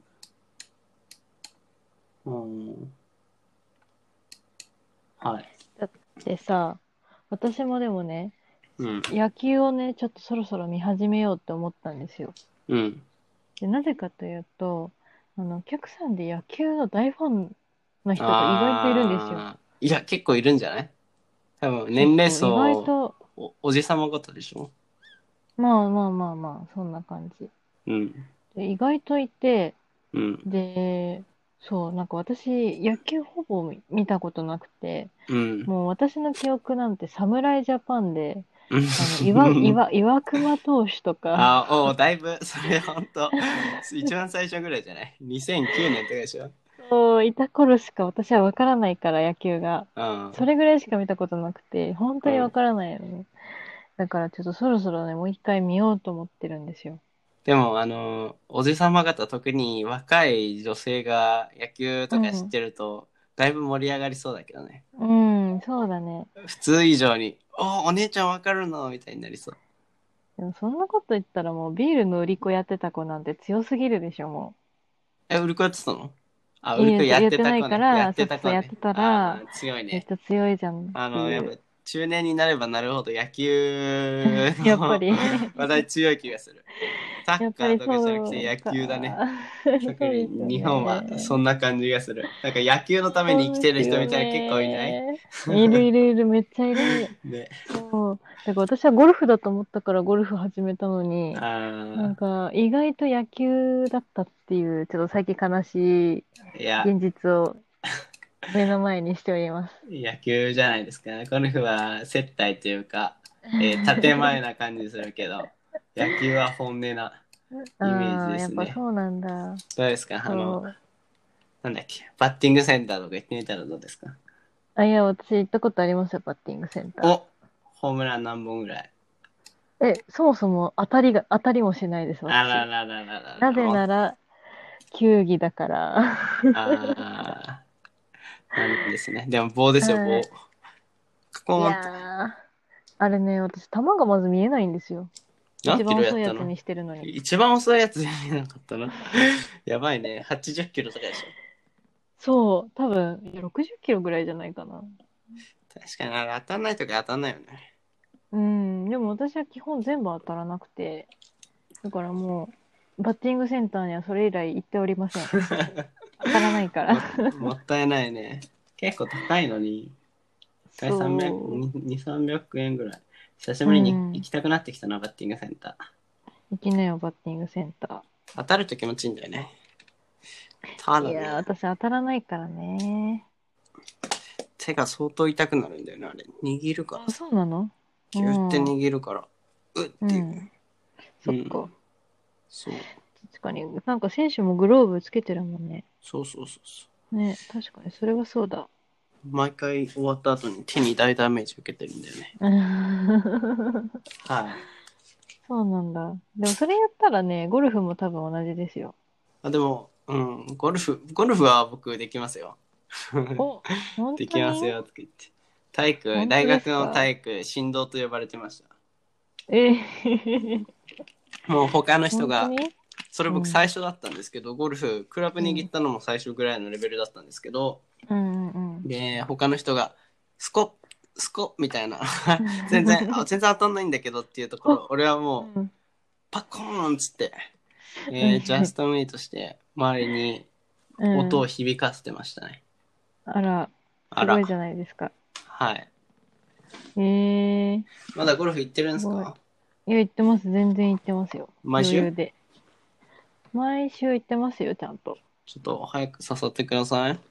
うん。はい。 だってさ、私もでもね、 うん。 野球をね、ちょっとそろそろ見始めようって思ったんですよ。 うん。 で、なぜかというと、あの、お客さんで野球の大ファンの人が意外といるんですよ。 あー、いや、結構いるんじゃない？多分、年齢そうそう、意外層、 と、 お、おじさま方でしょ？ まあまあまあまあ、そんな感じ。 うん。 で意外といて、 うん。 で、そう、なんか私、野球ほぼ見見たことなくて、 うん。 もう私の記憶なんて侍ジャパンで、 うあの、岩、 ん。 岩、岩隈投手とか、 あ、お、だいぶ、それほんと、一番最初ぐらいじゃない？ にせんきゅう 年とかでしょ？ そう、いた頃しか私はわからないから、野球が。 うん。 それぐらいしか見たことなくて、本当にわうん。 からないよね。 だからちょっとそろそろね、もう一回見ようと思ってるんですよ。 でも、あの、おじさま方、特に若い女性が野球とか知っうん。 てると、だいぶ盛り上がりそうだけどね。 うん、そうだね。 普通以上に、おお姉ちゃんわかるのみたいになりそう。 でもそんなこと言ったらもうビールの売り子やってた子なんて強すぎるでしょ、もえ、売り子やってたの？あ、 う。いいね、 売り子やっやってないてた子ね。やっから、そうそうそう、 てた子ね。 やってたら、 ああ、強いね。 めっちゃ強いじゃんっあの、やっぱていう。 中年になればなるほど野球やっぱのり話題強い気がする。サやっぱりッカーとかじゃなくて野そうか。 球だね。特にそうですよ日本はそね。 んな感じがする。なんか野球のために生きてるそうですよ人みたいな結構いない？ ね。いるいるいる、めっちゃいる。 で、 そう。だから私はゴルフだと思ったからゴルフ始めたのに、なんあか意外と野球だったっていう、ちょっと最近悲しいーいや、 現実を目の前にしております。 野球じゃないですかね。ゴルフは接待というか、えー建前な感じするけど、野球は本音なイメージああ、やっですね。 ぱそうなんだ。 どうですか？あの、 そう。 なんだっけ、バッティングセンターとか行ってみたらどうですか？ あ、いや、私行ったことありますよ、バッティングセンタお、ホームラン何本ぐらい？ ー。え、そもそも当たりが、当たりもしないです、 あら私。 ららららなら、もう、 ぜなら、球技だから。 あー、なんですね。でも棒ですよ、棒。 はい。いカコーンって。 やー、あれね、私、球がまず見えないんですよ。 何キ一番ロやったの？ 遅いやつにしてるのに。 一番遅いやつで見えなかったの？やばいね。はちじゅっキロとかでしょ。 そう、多分、いやろくじゅっキロぐらいじゃないかな。 確かにあれ当たんないとか当たんないよね。 うん、でも私は基本全部当たらなくて、だからもう、バッティングセンターにはそれ以来行っておりません。当たらないから。 も、もったいないね。結構高いのに、一回さんびゃく、 そに、さんびゃくえんぐらい。久しう。うぶりに行ん。 きたくなってきたな、バッティングセンター。 行きなよ、バッティングセンタ当たると気持ちいいんだよね。たー。いだね、 やー、私当たらないからね。 手が相当痛くなるんだよね、あれ。握るからあ、 さ。 そうなの？うギュってん。 握るから、うっうていう。 ん。 うん。 そっか。 そう。 確かに、なんか選手もグローブつけてるもんね。 そうそうそうそね、確かに、それはそうだ。 う。毎回終わった後に手に大ダメージ受けてるんだよね。はい。 そうなんだ。でもそれやったらね、ゴルフも多分同じですよ。 あ、でも、うん、ゴルフ、ゴルフは僕できますよ。 お、本でき当に？ ますよ、とか言って。体育、大本当で学のすか？ 体育、振動と呼ばれてました。 えー、 もう他の人が、 本当に？ それ僕うん。 最初だったんですけど、ゴルフ、クラブうん。 握ったのも最初ぐらいのレベルだったんですけど、 うんうんで、他の人が、スコッ、スコッみたいな、 う全然、あ、 ん。 全然当たんないんだけどっていうとこあ、 ろ、俺はもう、 うん。 パコーンっつって、 うん。 えー、ジャストメイトして、周りにう音をん。 響かせてましたね。 あら、 あら、 すごいじゃないですか。 はい。 えー、 まだゴルフ行ってるんですごい。 すか？ いや、行ってます。全然行ってますよ。 毎週？ 余裕で。毎週行ってますよ、ちゃんと。 ちょっと早く誘ってください。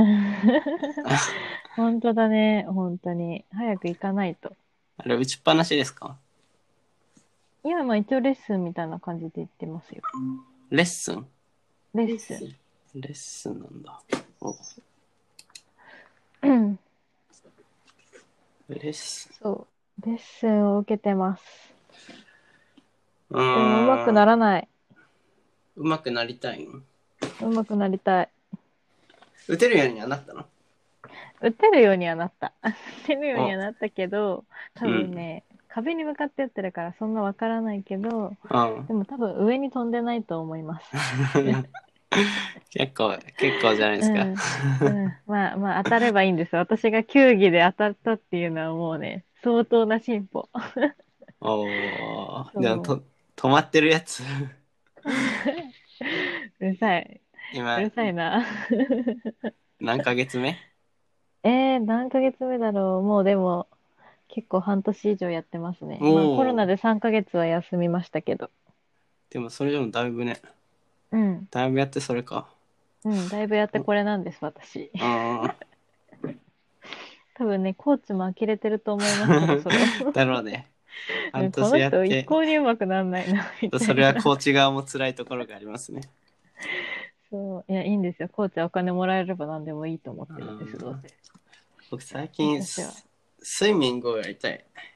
本当だね、本当に。早く行かないと。 あれ、打ちっぱなしですか？ 今、まあ一応レッスンみたいな感じで行ってますよ。 レッスン？ レッスン。 レッスンなんだ。お、 うん。 レッスそう。レッスンを受けてます。 ン。うでも上手くーん。 ならない。 うまくなりたいん？ 上手くなりたい。 打てるようにはなったの？ 打てるようにはなった。打てるようにお、 はなったけど、多うん。 分ね、壁に向かって打ってるからそんなわからないけど、 うん。 でも多分上に飛んでないと思います。 結構、結構じゃないですか。 うん。うん。まあまあ当たればいいんです。私が球技で当たったっていうのはもうね、相当な進歩。 おー、じゃあ、 そと、止まってるやつ。 う。うるさい。う今、 るさいな。 何ヶ月目？ えー、何ヶ月目だろう。もうでも、結構半年以上やってますね。まあコロナおー、 でさんかげつは休みましたけど。 でもそれでもだいぶね、 うん。 だいぶやってそれか。 うん、だいぶやってこれなんです、私。 あ多分ね、コーチも呆れてると思います、そろそろ。 ーだろうね。半こ年の人一やって、 向に上手くなんないな、みたそれはいな。 コーチ側も辛いところがありますね。 そう。いや、いいんですよ。コーチはお金もらえれば何でもいいと思っうてるんです、どうん、 せ。 僕最近私たちは。 ス、スイミングをやりたい。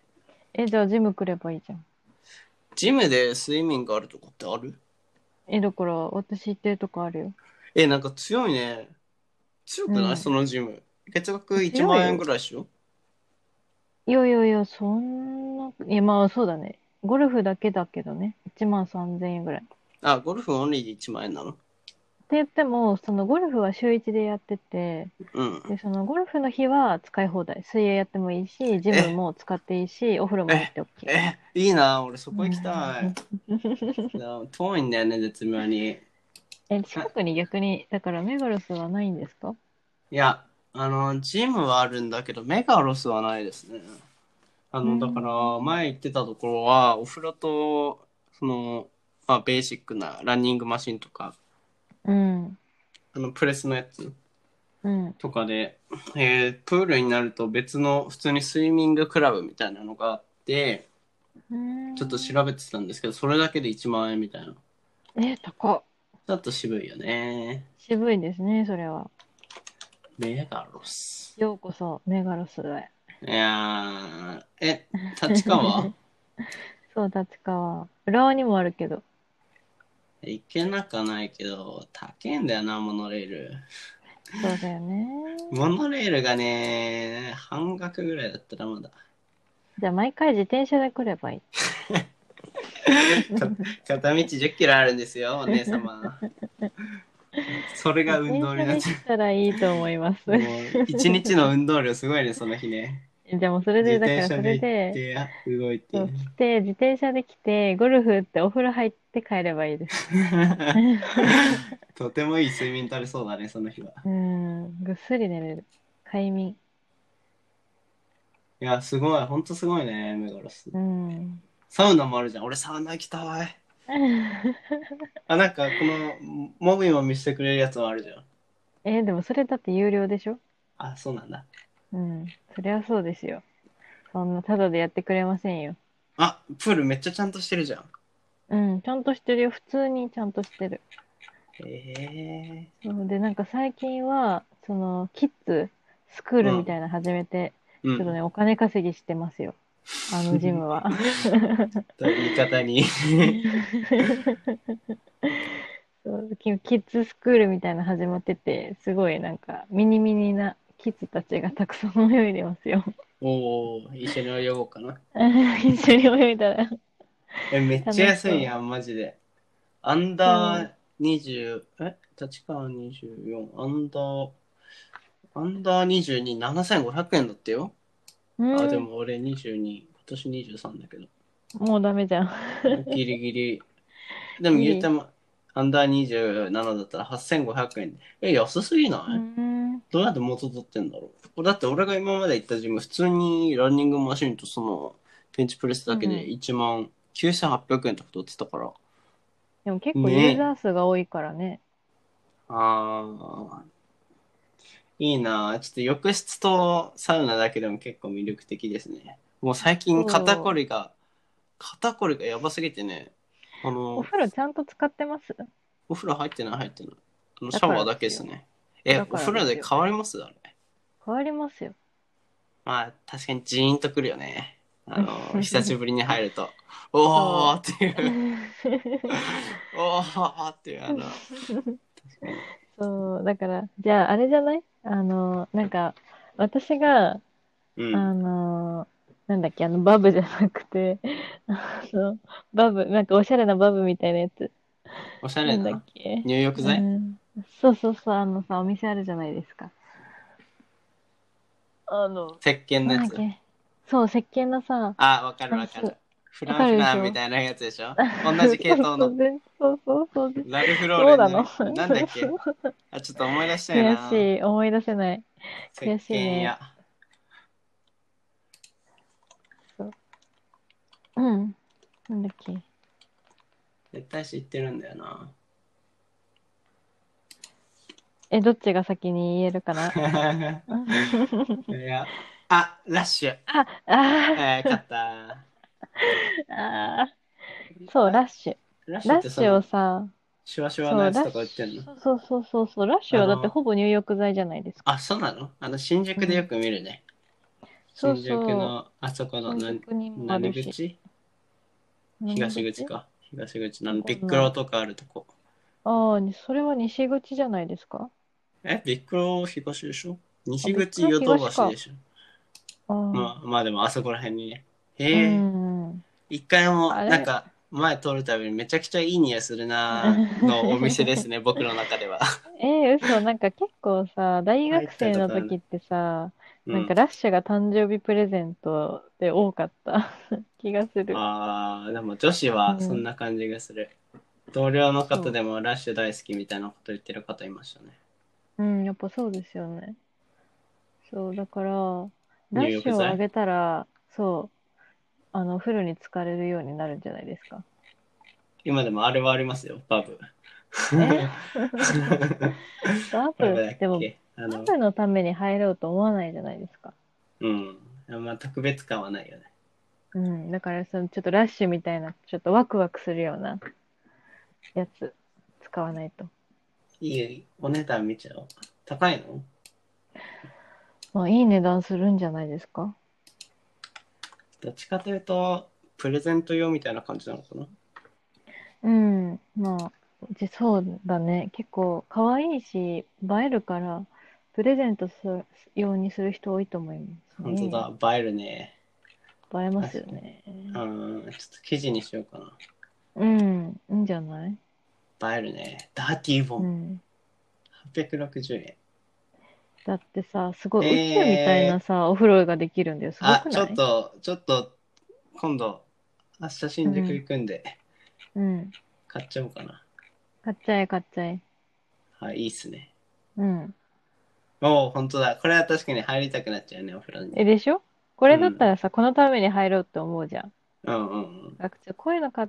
え、じゃあジム来ればいいじゃん。 ジムで睡眠があるとこってある？ え、だから私行ってるとこあるよ。 え、なんか強いね。強くないそうん。 のジム。月額いちまん円ぐ強いよ。 らいっしょ？ いやいやいや、そんな、いやまあそうだね。ゴルフだけだけどね。いちまんさんぜんえんぐらい。っあ、ゴルフオンリーでいちまん円なの？ て言っても、そのゴルフは週いちでやってて、 うん。 で、そのゴルフの日は使い放題。水泳やってもいいし、ジムえ、 も使っていいし、お風呂も入っえ、 て OK。 え、いいな。俺そうこ行きたい。 ん。 な遠いんだよね、絶妙に。 え、 あ近くに逆に、だからメガロスはないんですか？ いや、あの、ジムはあるんだけど、メガロスはないですね。あうーの、だから、 ん。 前行ってたところは、お風呂と、その、まあ、ベーシックなランニングマシンとか、 うん。 あの、プレスのやつうん。 とかで、えープールになると別の普通にスイミングクラブみたいなのがあって、 うーちょっとん。 調べてたんですけど、それだけでいちまん円みたいな。 え、高っ。 ちょっと渋いよね。 渋いですね、それは。 メガロス。 ようこそ、メガロスへ。 いやー、え、立川そう、立川。浦和にもあるけど。 行けなくはないけど、高いんだよな、モノレール。 そうだよね。 モノレールがね、半額ぐらいだったらまだ。 じゃあ、毎回自転車で来ればいい。 か片道じゅっキロあるんですよ、お姉様。それ自が運動になって転車で来たらいいと思います。 る。もう、一日の運動量すごいね、その日ね。 じゃあもうそれ自で、だからそ転車で行っれで、 て、あ動いて。 そう、来て、自転車で来て、ゴルフってお風呂入って帰ればいいです。 とてもいい睡眠取れそうだね、その日は。 うん、ぐっすり寝れる。快眠。 いや、すごい、ほんとすごいね、メガロス。 うん。 サウナもあるじゃん。俺サウナ行きたい。あ、なんか、この、モビも見せてくれるやつもあるじゃん。 え、でもそれだって有料でしょ？ あ、そうなんだ。 うん。そりゃそうですよ。そんなタダでやってくれませんよ。 あ、プールめっちゃちゃんとしてるじゃん。 うん、ちゃんとしてるよ。普通にちゃんとしてる。 ええそうで、なんか最近は、その、キッズスクーー。うん。 ルみたいなの始めて、 うん。 ちょっとね、お金稼ぎしてますよ。あのジムは。 と言い方にそうキキッズスクールみたいなの始まってて、すごいなんか、ミニミニなキッズたちがたくさん泳いでますよ。 おー、一緒に泳ごうかな。 一緒に泳いだらえ、めっちゃ楽しそう。 安いやん、マジで。アンダそーにじゅう、え立川にじゅうよん、アンダー、アンダーにじゅうに、ななせんごひゃくえんだってよ。 う。 あ、でうん、 も俺にじゅうに、今年にじゅうさんだけど。 もうダメじゃん。 ギリギリ。でも言ういい。 ても、アンダーにじゅうななだったらはっせんごひゃくえん。え、安すぎうない？ ん。 どうやって元取ってんだろう。だって俺が今まで行ったジム、普通にランニングマシンとその、ベンチプレスだけでうん。 いちまんきゅうせんはっぴゃくえんとか取ってたから。 でも結構ユーねえ。 ザー数が多いからね。 あー、いいなぁ。ちょっと浴室とサウナだけでも結構魅力的ですね。もう最近肩こそう。 りが、肩こりがやばすぎてね。あの、 お風呂ちゃんと使ってます？ お風呂入ってない入ってない。あの、 だかシャワーだらですよ。 けですね。え、 だおからですよ。 風呂で変わりますあれ？ 変わりますよ。 まあ、確かにジーンとくるよね。あの、久しぶりに入ると、おーそっていう。 う、おーっていう、あの、確かに。 そう、だから、じゃあ、あれじゃない？あの、なんか、私が、あうん。 の、なんだっけ、あの、バブじゃなくて、あの、バブ、なんかおしゃれなバブみたいなやつ。 おしゃなんだっれなけ？ 入浴剤？ うん。そうそうそう、あのさ、お店あるじゃないですか。あの、 石鹸のやつ？ なんだっけ。そう、石鹸のさ、 あ、わかるなんかす、 わかる。フわランフかるでしょ？ ランみたいなやつでしょ？同じ系そうそう、 統の。 で、そうそうそうで、 ラルフローそうなの。 レンの、なんだっけ？あ、ちょっと思い出したい悔な。 しい。思い出せない。 石悔しいね。 鹸屋。 そう。うん。なんだっけ。 絶対知ってるんだよな。 え、どっちが先に言えるかな？ いや、あ、ラッシュ。 あ、あえー、勝った。 ー、あー、そう、 あ、 ラッシュ。 ラッシュラッシュをってその、 さ、 シュワシュワのそう、ラッやつとか売ってんの？ シュ、そうそうそうそう、ラッシュはだってあの、 ほぼ入浴剤じゃないですか。 あ、そうなの？あの、新宿でようん。 く見るね。 そう新宿その、あそこう、 の何、 新宿にもあ何るし。 口何口東口か。東口のあのビッわかんない。 クロとかあるとこ。 ああ、それは西口じゃないですか？ え、ビックロ東でしょ？ あ、 西ビックロ口ヨド東か。 バシでしょ？ ああ、 まあ、まあでもあそこら辺にね。 うへえ、 ん。 一回も、 あれなんか、前通るたびにめちゃくちゃいい匂いするなーのお店ですね、僕の中では。 えー、嘘、なんか結構さ、大入った学生ことはない。 の時ってさ、 うん。 なんかラッシュが誕生日プレゼントで多かった気がする。 あー、でも女子はそんうん。 な感じがする。同僚の方そでもラッシュ大好きみたいなこと言ってる方いましたね。 う。うん、やっぱそうですよね。そう、だから、ラッ入浴剤シュをあげたら、そう、あの、お風呂に浸かれるようになるんじゃないですか。 今でもあれはありますよ、バブ。 えバブ、 バブだっでも、 けあの、 バブのために入ろうと思わないじゃないですか。 うん。あんま特別感はないよね。 うん、だからそのちょっとラッシュみたいな、ちょっとワクワクするようなやつ使わないと。 いい、お値段見ちゃおう。高いの？ まあいい値段するんじゃないですか。 どっちかというと、プレゼント用みたいな感じなのかな？ うん、まあ、じそうだね。結構可愛いし、映えるから、プレゼントするようにする人多いと思いますね。 本当だ、映えるね。 映えますよ確かに。 ね。 うん、ちょっと記事にしようかな。 うん、いいんじゃない？ 映えるね。ダーティーボン。 うん。 はっぴゃくろくじゅうえん。 だってさ、すごい宇宙みたいなえー、 さ、お風呂ができるんだよ。すごあ、ちょっくない？ と、ちょっと、今度、明日新宿うん、 行くんで、 うん。 買っちゃおうかな。 買っちゃえ、買っちゃえ。 はい、いいっすね。 うん。 おお、本当だ。これは確かに入りたくなっちゃうね、お風呂に。 え、でしょ？これだったうん。 らさ、このために入ろうって思うじゃん。 うんうんうん。 学長、こういうの買って、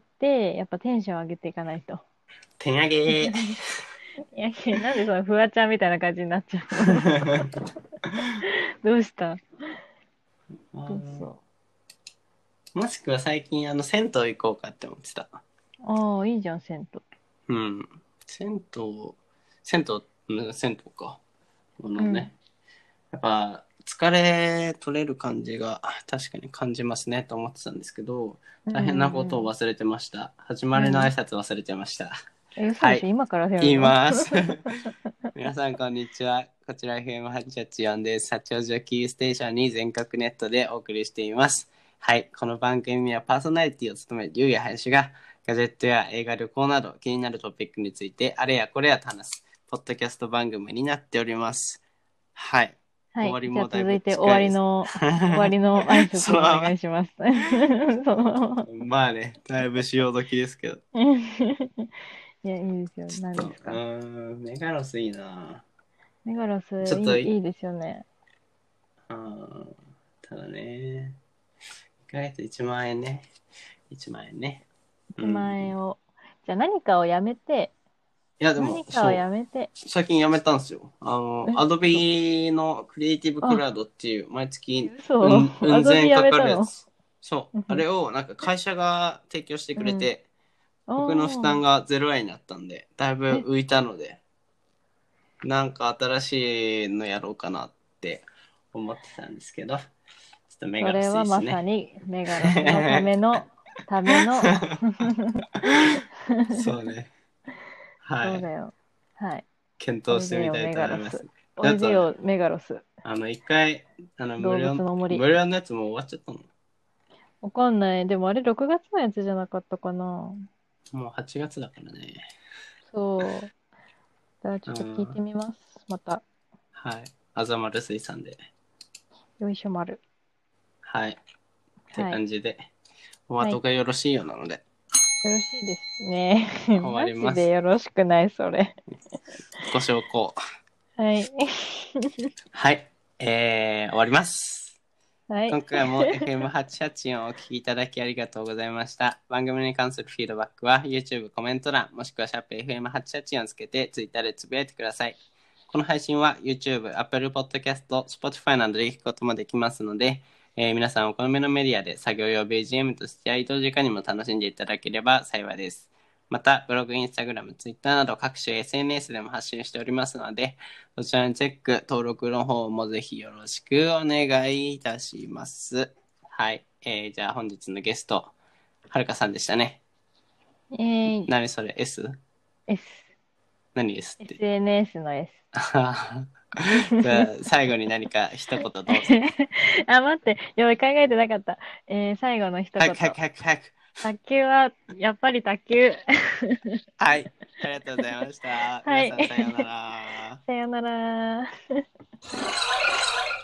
やっぱテンション上げていかないと。 手上げいやいや、なんでそのフワちゃんみたいな感じになっちゃうの？ ー。 どうした？そうあそもしくは最近、あの、銭湯行こうかって思ってた。 う。ああ、いいじゃん、銭湯。 うん。銭湯、銭湯、うん銭湯か。あのね、 うん。 やっぱ、疲れ取れる感じが確かに感じますねと思ってたんですけど、 うん大変なこうんとを忘れてました。始まりの挨何？ 拶忘れてました。 え、嘘でしょ？ はい、 今からやる言いの？ ます。皆さんこんにちは。こちら エフエムはちはちよん です。八王子をキーステーションに全国ネットでお送りしています。はい、この番組はパーソナリティを務めるゆうや林がガジェットや映画旅行など気になるトピックについてあれやこれやと話すポッドキャスト番組になっております。はい。 はい。 終わりじゃあもだいぶ続いて終わ近いです。 りの、終わりの挨その拶をお願いします。そのまあね、だいぶ潮時ですけど。 いや、いいですよ。 ちょっと、う何ですか？ ーん、メガロスいいな。 メガロス、 ちょっとい、 いい、いいですよね。 あーただね、いっかげついちまん円ね。いちまん円ね。ういちまんん。 円を。じゃあ何かをやめて、 いや、でも、 何かをそう。 やめて、 最近やめたんですよ。あの、 え、 アド嘘。 ビのクリエイティブクあ、 ラウドっていう毎月う嘘。 ん、うんアドビや千かめたの？ かるやつ。そう。あれをなんか会社が提供してうん。 くれて、 あ僕の負担あ。 がゼロえんになったんで、だいぶえ、 浮いたので、なんか新しいのやろうかなって思ってたんですけど、ちょっとメガロスいいそれはまさっすね。 にメガロスのための、ためのそうね。はい。 そうだよ。はい。 検討しておいでよ、 みたいとメガロス。 思います。あとね、 おいでよ、メガロス。 あの、一回、あの、無動物料、 の森。 無料のやつもう終わっちゃったの。 わかんない。でもあれろくがつのやつじゃなかったかな。 もうはちがつだからね。 そう。じゃあちょうっと聞いてん。 みます。また。 はい。あざまる水産で。 よいしょ丸。 はい。ってはい。 感じで、おはい。 後がよろしいようなので、 よろしいですね。 終わマジでります。 よろしくない、それ。 ご紹介。 はい。 はい。えー、終わります。 はい。 今回も エフエムはちはちよん をお聞きいただきありがとうございました。番組に関するフィードバックは YouTube コメント欄もしくはシャープ エフエムはちはちよん つけて Twitter でつぶやいてください。この配信は YouTube、Apple Podcast、Spotify などで聞くこともできますので、えー皆さんお好みのメディアで作業用 ビージーエム としてや移動時間にも楽しんでいただければ幸いです。 また、ブログ、インスタグラム、ツイッターなど各種 エスエヌエス でも発信しておりますので、そちらのチェック、登録の方もぜひよろしくお願いいたします。はい。えー、じゃあ本日のゲスト、はるかさんでしたね。 えー、 何それ ?S? S。 何 S って。 エスエヌエス の S。 じゃあ最後に何か一言どうぞ。 あ、待って。やばい、考えてなかった。えー、最後の一言。 早く早く早く早く。 卓球は、やっぱり卓球。 はい。ありがとうございました。 はい。 皆さんさようなら。 さようなら。